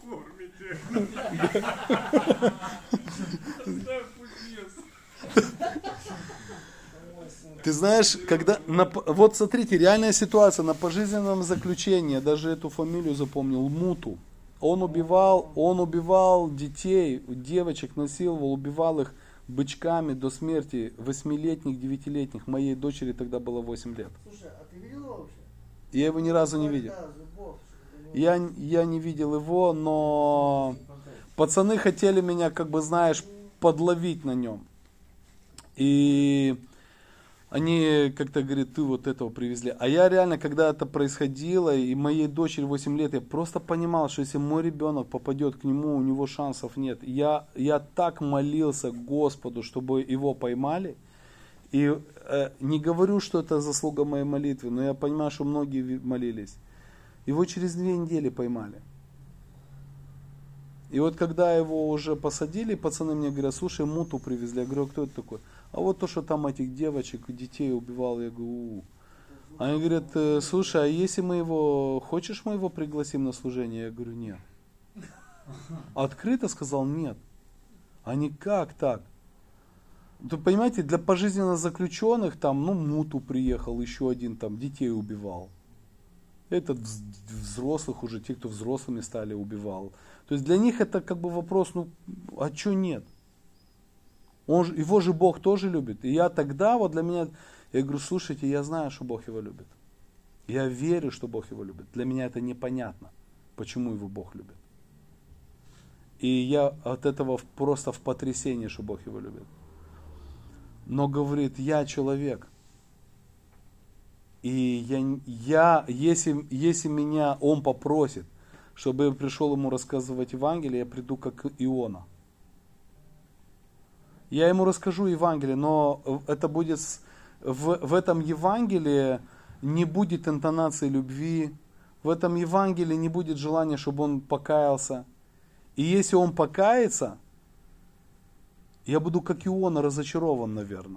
Ты знаешь, когда... На, вот смотрите, реальная ситуация на пожизненном заключении, я даже эту фамилию запомнил, Муту. Он убивал, он убивал детей, девочек насиловал, убивал их бычками до смерти, восьмилетних, девятилетних. Моей дочери тогда было восемь лет. Слушай, а ты видел его вообще? Я его ни разу не видел. Я, я не видел его, но пацаны хотели меня, как бы, знаешь, подловить на нем. И они как-то говорят: ты вот этого привезли. А я реально, когда это происходило, и моей дочери восемь лет, я просто понимал, что если мой ребенок попадет к нему, у него шансов нет. Я, я так молился Господу, чтобы его поймали. И э, не говорю, что это заслуга моей молитвы, но я понимаю, что многие молились. Его через две недели поймали. И вот когда его уже посадили, пацаны мне говорят: слушай, Муту привезли. Я говорю: а кто это такой? А вот то, что там этих девочек, детей убивал. Я говорю: у-у. Они говорят: слушай, а если мы его, хочешь мы его пригласим на служение? Я говорю: нет. Открыто сказал: нет. Они: как так? Вы понимаете, для пожизненно заключенных там, ну, Муту приехал, еще один там детей убивал. Этот взрослых уже, те, кто взрослыми стали, убивал. То есть для них это как бы вопрос: ну, а что нет? Он, его же Бог тоже любит. И я тогда, вот для меня, я говорю: слушайте, я знаю, что Бог его любит. Я верю, что Бог его любит. Для меня это непонятно, почему его Бог любит. И я от этого в- просто в потрясении, что Бог его любит. Но говорит, я человек. И я, н- я если, если меня он попросит, чтобы я пришел ему рассказывать Евангелие, я приду как Иона. Я ему расскажу Евангелие, но это будет с- в, в этом Евангелии не будет интонации любви, в этом Евангелии не будет желания, чтобы он покаялся. И если он покается, я буду как Иона разочарован, наверное,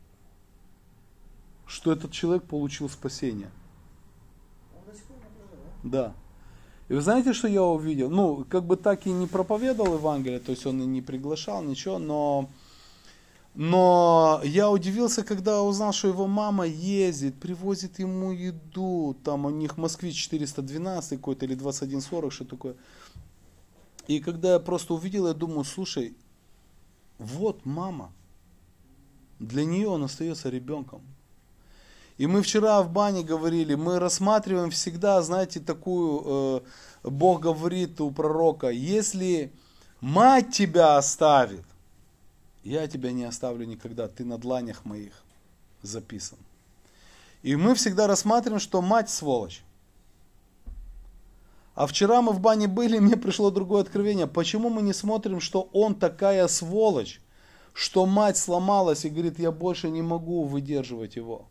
что этот человек получил спасение. Он до сих пор на краже, Да. да? И вы знаете, что я увидел? Ну, как бы так и не проповедовал Евангелие, то есть он и не приглашал, ничего, но, но я удивился, когда узнал, что его мама ездит, привозит ему еду, там у них Москвич четыреста двенадцать какой-то или двадцать один сорок, что такое. И когда я просто увидел, я думаю, слушай, вот мама, для нее он остается ребенком. И мы вчера в бане говорили, мы рассматриваем всегда, знаете, такую, э, Бог говорит у пророка, если мать тебя оставит, я тебя не оставлю никогда, ты на дланях моих записан. И мы всегда рассматриваем, что мать сволочь. А вчера мы в бане были, и мне пришло другое откровение. Почему мы не смотрим, что он такая сволочь, что мать сломалась и говорит, я больше не могу выдерживать его.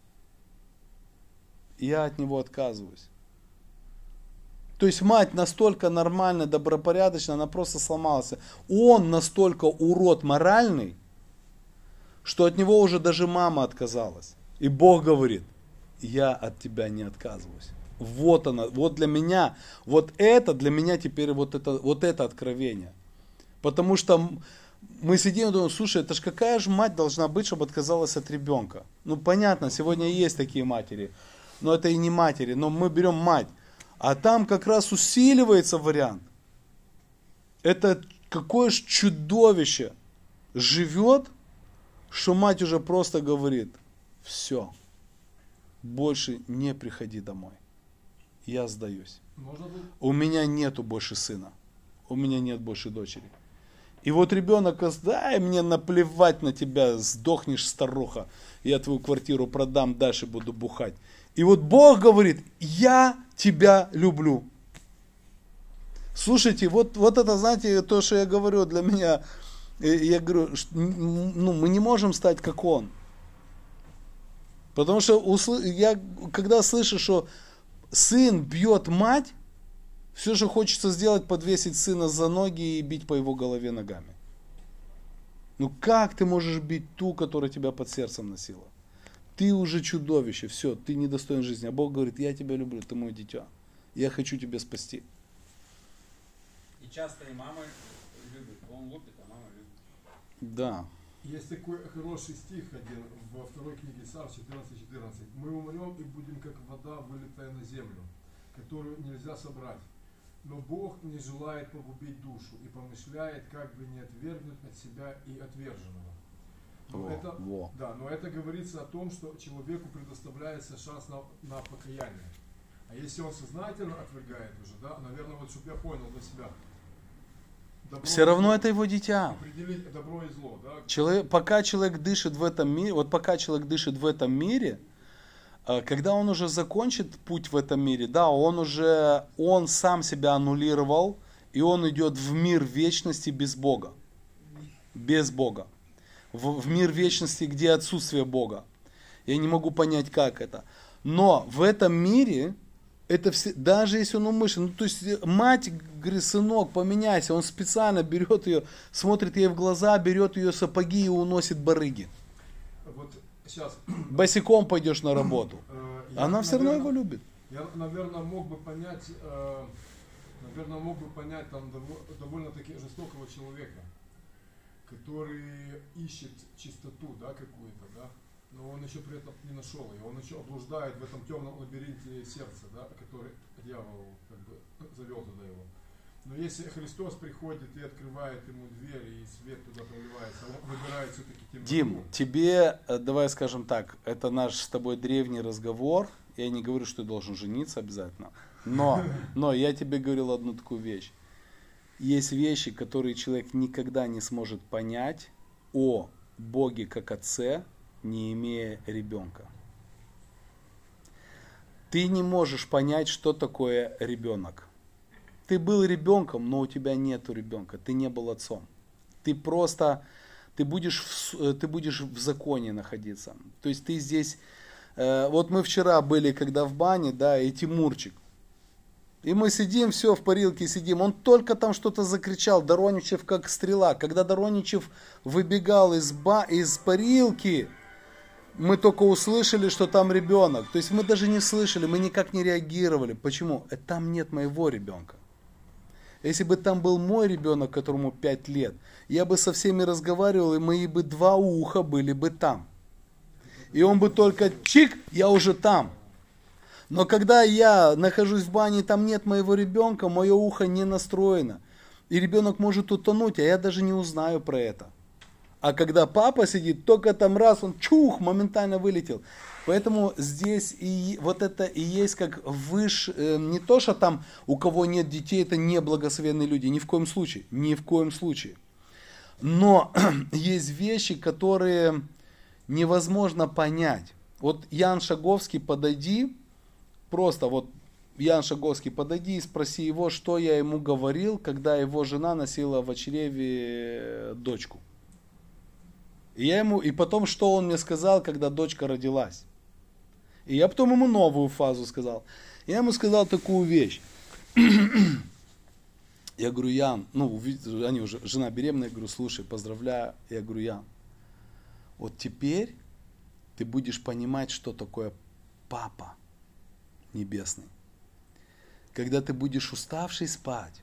Я от него отказываюсь. То есть мать настолько нормальная, добропорядочная, она просто сломалась. Он настолько урод моральный, что от него уже даже мама отказалась. И Бог говорит, я от тебя не отказываюсь. Вот она, вот для меня, вот это для меня теперь вот это, вот это откровение. Потому что мы сидим и думаем, слушай, это ж какая же мать должна быть, чтобы отказалась от ребенка? Ну понятно, сегодня есть такие матери, но это и не матери, но мы берем мать. А там как раз усиливается вариант. Это какое же чудовище живет, что мать уже просто говорит, все, больше не приходи домой. Я сдаюсь. Можно тут? У меня нету больше сына. У меня нет больше дочери. И вот ребенок, дай мне наплевать на тебя, сдохнешь, старуха. Я твою квартиру продам, дальше буду бухать. И вот Бог говорит, я тебя люблю. Слушайте, вот, вот это, знаете, то, что я говорю, для меня, я говорю, ну, мы не можем стать как Он. Потому что я, когда слышу, что сын бьет мать, все же хочется сделать, подвесить сына за ноги и бить по его голове ногами. Ну как ты можешь бить ту, которая тебя под сердцем носила? Ты уже чудовище, все, ты недостоин жизни. А Бог говорит, я тебя люблю, ты мой дитя. Я хочу тебя спасти. И часто и мама любит, он лупит, а мама любит. Да. Есть такой хороший стих один во второй книге Царств четырнадцать четырнадцать. Мы умрем и будем как вода, вылитая на землю, которую нельзя собрать. Но Бог не желает погубить душу и помышляет, как бы не отвергнуть от себя и отверженного. Но Во, это, во. да, но это говорится о том, что человеку предоставляется шанс на, на покаяние. А если он сознательно отвергает уже, да, наверное, вот чтобы я понял для себя. Добро Все равно это его дитя. определить добро и зло, да. Человек, пока человек дышит в этом мире, вот пока человек дышит в этом мире, э, когда он уже закончит путь в этом мире, да, он уже, он сам себя аннулировал, и он идет в мир вечности без Бога. Без Бога. В, в мир вечности, где отсутствие Бога. Я не могу понять, как это. Но в этом мире, это все, даже если он умышленно, ну, то есть мать говорит, сынок, поменяйся, он специально берет ее, смотрит ей в глаза, берет ее сапоги и уносит барыги. Вот сейчас. Босиком пойдешь на работу. э, я, Она все равно наверное, его любит. Я, наверное, мог бы понять, э, наверное, мог бы понять там дово- довольно-таки жестокого человека, который ищет чистоту, да, какую-то, да, но он еще при этом не нашел ее, он еще блуждает в этом темном лабиринте сердца, да, который дьявол как бы завел туда его. Но если Христос приходит и открывает ему дверь, и свет туда проливается, он выбирает все-таки темноту. Дим, тебе, э, давай скажем так, это наш с тобой древний разговор. Я не говорю, что ты должен жениться обязательно. Но, но я тебе говорил одну такую вещь. есть вещи, которые человек никогда не сможет понять о Боге как Отце, не имея ребенка. Ты не можешь понять, что такое ребенок. Ты был ребенком, но у тебя нету ребенка, ты не был отцом. Ты просто, ты будешь в, ты будешь в законе находиться. То есть ты здесь, э, вот мы вчера были, когда в бане, да, и Тимурчик. И мы сидим, все, в парилке сидим. Он только там что-то закричал, Дороничев как стрела. Когда Дороничев выбегал из, ба, из парилки, мы только услышали, что там ребенок. То есть мы даже не слышали, мы никак не реагировали. Почему? Там нет моего ребенка. Если бы там был мой ребенок, которому пять лет, я бы со всеми разговаривал, и мои бы два уха были бы там. И он бы только чик, я уже там. Но когда я нахожусь в бане, и там нет моего ребенка, мое ухо не настроено. И ребенок может утонуть, а я даже не узнаю про это. А когда папа сидит, только там раз, он чух, моментально вылетел. Поэтому здесь и вот это и есть как выше, э, не то, что там у кого нет детей, это не благословенные люди, ни в коем случае, ни в коем случае. Но есть вещи, которые невозможно понять. Вот Ян Шаговский, подойди, просто вот Ян Шаговский, подойди и спроси его, что я ему говорил, когда его жена носила в чреве дочку. И, я ему, и потом, что он мне сказал, когда дочка родилась. И я потом ему новую фазу сказал. Я ему сказал такую вещь. Я говорю, Ян, ну, они уже, жена беременная, я говорю, слушай, поздравляю. Я говорю, Ян, вот теперь ты будешь понимать, что такое папа небесный. Когда ты будешь уставший спать.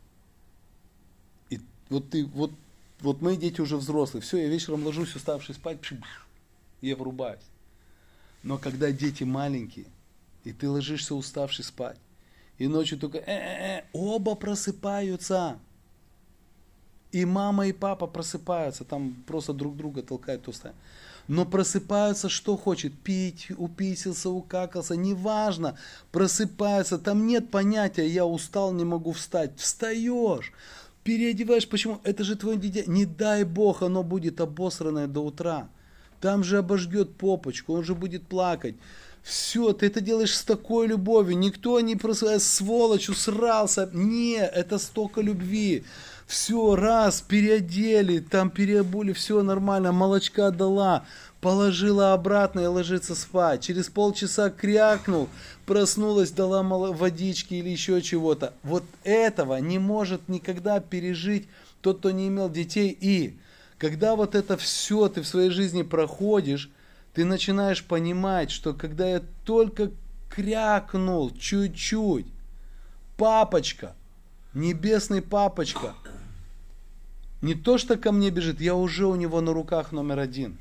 И вот ты, вот, вот мои дети уже взрослые. Все, я вечером ложусь уставший спать, и я врубаюсь. Но когда дети маленькие, и ты ложишься уставший спать, и ночью только э-э-э, оба просыпаются. И мама, и папа просыпаются, там просто друг друга толкают толстая. Но просыпаются, что хочет, пить, уписился, укакался, неважно, просыпаются, там нет понятия, я устал, не могу встать. Встаешь, переодеваешь, почему? Это же твое дитя, не дай Бог, оно будет обосранное до утра. Там же обожгет попочку, он же будет плакать. Все, ты это делаешь с такой любовью. Никто не просто сволочь усрался. Не, это столько любви. Все, раз, переодели, там переобули, все нормально, молочка дала, положила обратно и ложится спать. Через полчаса крякнул, проснулась, дала водички или еще чего-то. Вот этого не может никогда пережить тот, кто не имел детей. И когда вот это все ты в своей жизни проходишь, ты начинаешь понимать, что когда я только крякнул чуть-чуть, папочка, небесный папочка, не то что ко мне бежит, я уже у него на руках номер один.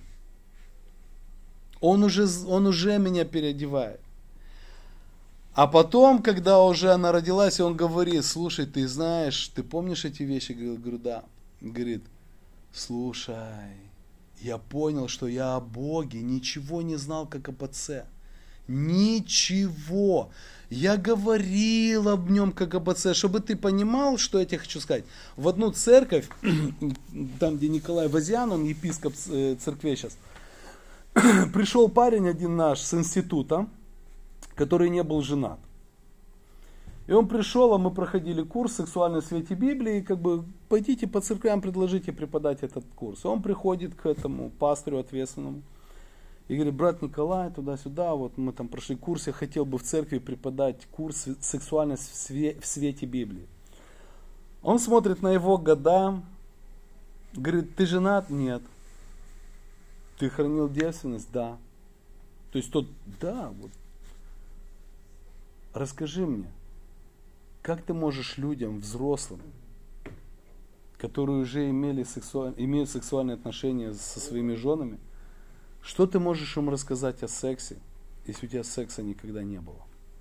Он уже, он уже меня переодевает. А потом, когда уже она родилась, он говорит, слушай, ты знаешь, ты помнишь эти вещи? Я говорю, да. Говорит, слушай, я понял, что я о Боге ничего не знал, как об Отце. Ничего. Я говорил об нем, как об Отце. Чтобы ты понимал, что я тебе хочу сказать. В одну церковь, там, где Николай Вазян, он епископ церкви сейчас, пришел парень один наш с института, который не был женат. И он пришел, а мы проходили курс «Сексуальное в свете Библии», и как бы пойдите по церквям, предложите преподать этот курс. И он приходит к этому пастырю ответственному и говорит, брат Николай, туда-сюда, вот мы там прошли курс, я хотел бы в церкви преподать курс «Сексуальность в, све- в свете Библии». Он смотрит на его года, говорит, ты женат? Нет. Ты хранил девственность? Да. То есть тот, да, вот. Расскажи мне, как ты можешь людям, взрослым, которые уже имели сексуаль... имеют сексуальные отношения со своими женами, что ты можешь им рассказать о сексе, если у тебя секса никогда не было?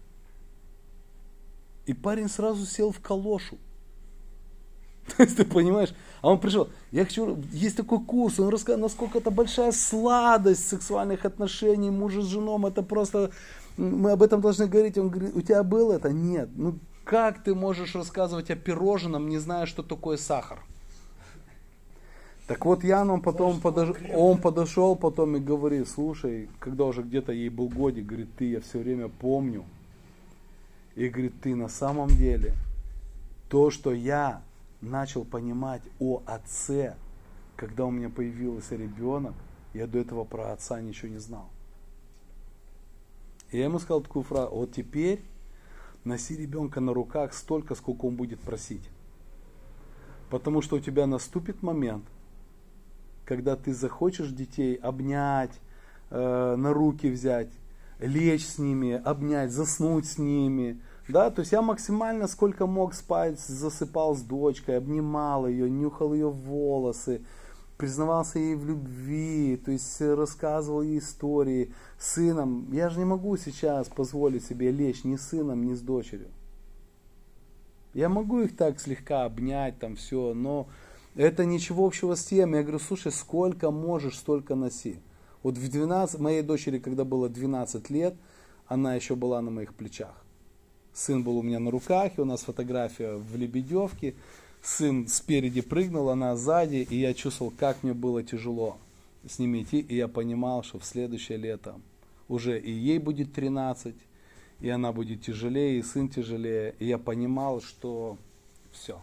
И парень сразу сел в калошу. То есть ты понимаешь? А он пришел, я хочу, есть такой курс, он рассказал, насколько это большая сладость сексуальных отношений мужа с женой, это просто, мы об этом должны говорить. Он говорит, у тебя было это? Нет. Ну, как ты можешь рассказывать о пирожном, не зная, что такое сахар? Так вот, Ян, он потом подош... он подошел потом и говорит, слушай, когда уже где-то ей был годик, говорит, ты, я все время помню. И говорит, ты на самом деле, то, что я начал понимать о отце, когда у меня появился ребенок, я до этого про отца ничего не знал. И я ему сказал такую фразу, вот теперь носи ребенка на руках столько, сколько он будет просить. Потому что у тебя наступит момент, когда ты захочешь детей обнять, э, на руки взять, лечь с ними, обнять, заснуть с ними. Да? То есть я максимально сколько мог спать, засыпал с дочкой, обнимал ее, нюхал ее волосы, признавался ей в любви, то есть рассказывал ей истории. С сыном, я же не могу сейчас позволить себе лечь ни с сыном, ни с дочерью. Я могу их так слегка обнять, там все, но это ничего общего с тем. Я говорю, слушай, сколько можешь, столько носи. Вот в двенадцать, моей дочери, когда было двенадцать лет, она еще была на моих плечах. Сын был у меня на руках, и у нас фотография в Лебедевке. Сын спереди прыгнул, она сзади, и я чувствовал, как мне было тяжело с ними идти. И я понимал, что в следующее лето уже и ей будет тринадцать, и она будет тяжелее, и сын тяжелее. И я понимал, что все.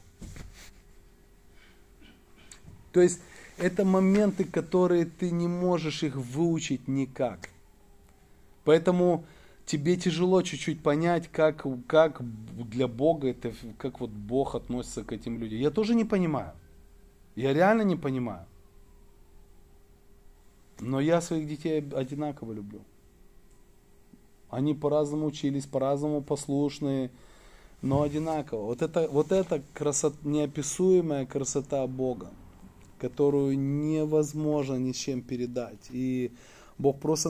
То есть это моменты, которые ты не можешь их выучить никак. Поэтому тебе тяжело чуть-чуть понять, как, как для Бога это, как вот Бог относится к этим людям. Я тоже не понимаю. Я реально не понимаю. Но я своих детей одинаково люблю. Они по-разному учились, по-разному послушные, но одинаково. Вот это, вот это красота, неописуемая красота Бога, которую невозможно ни с чем передать. И Бог просто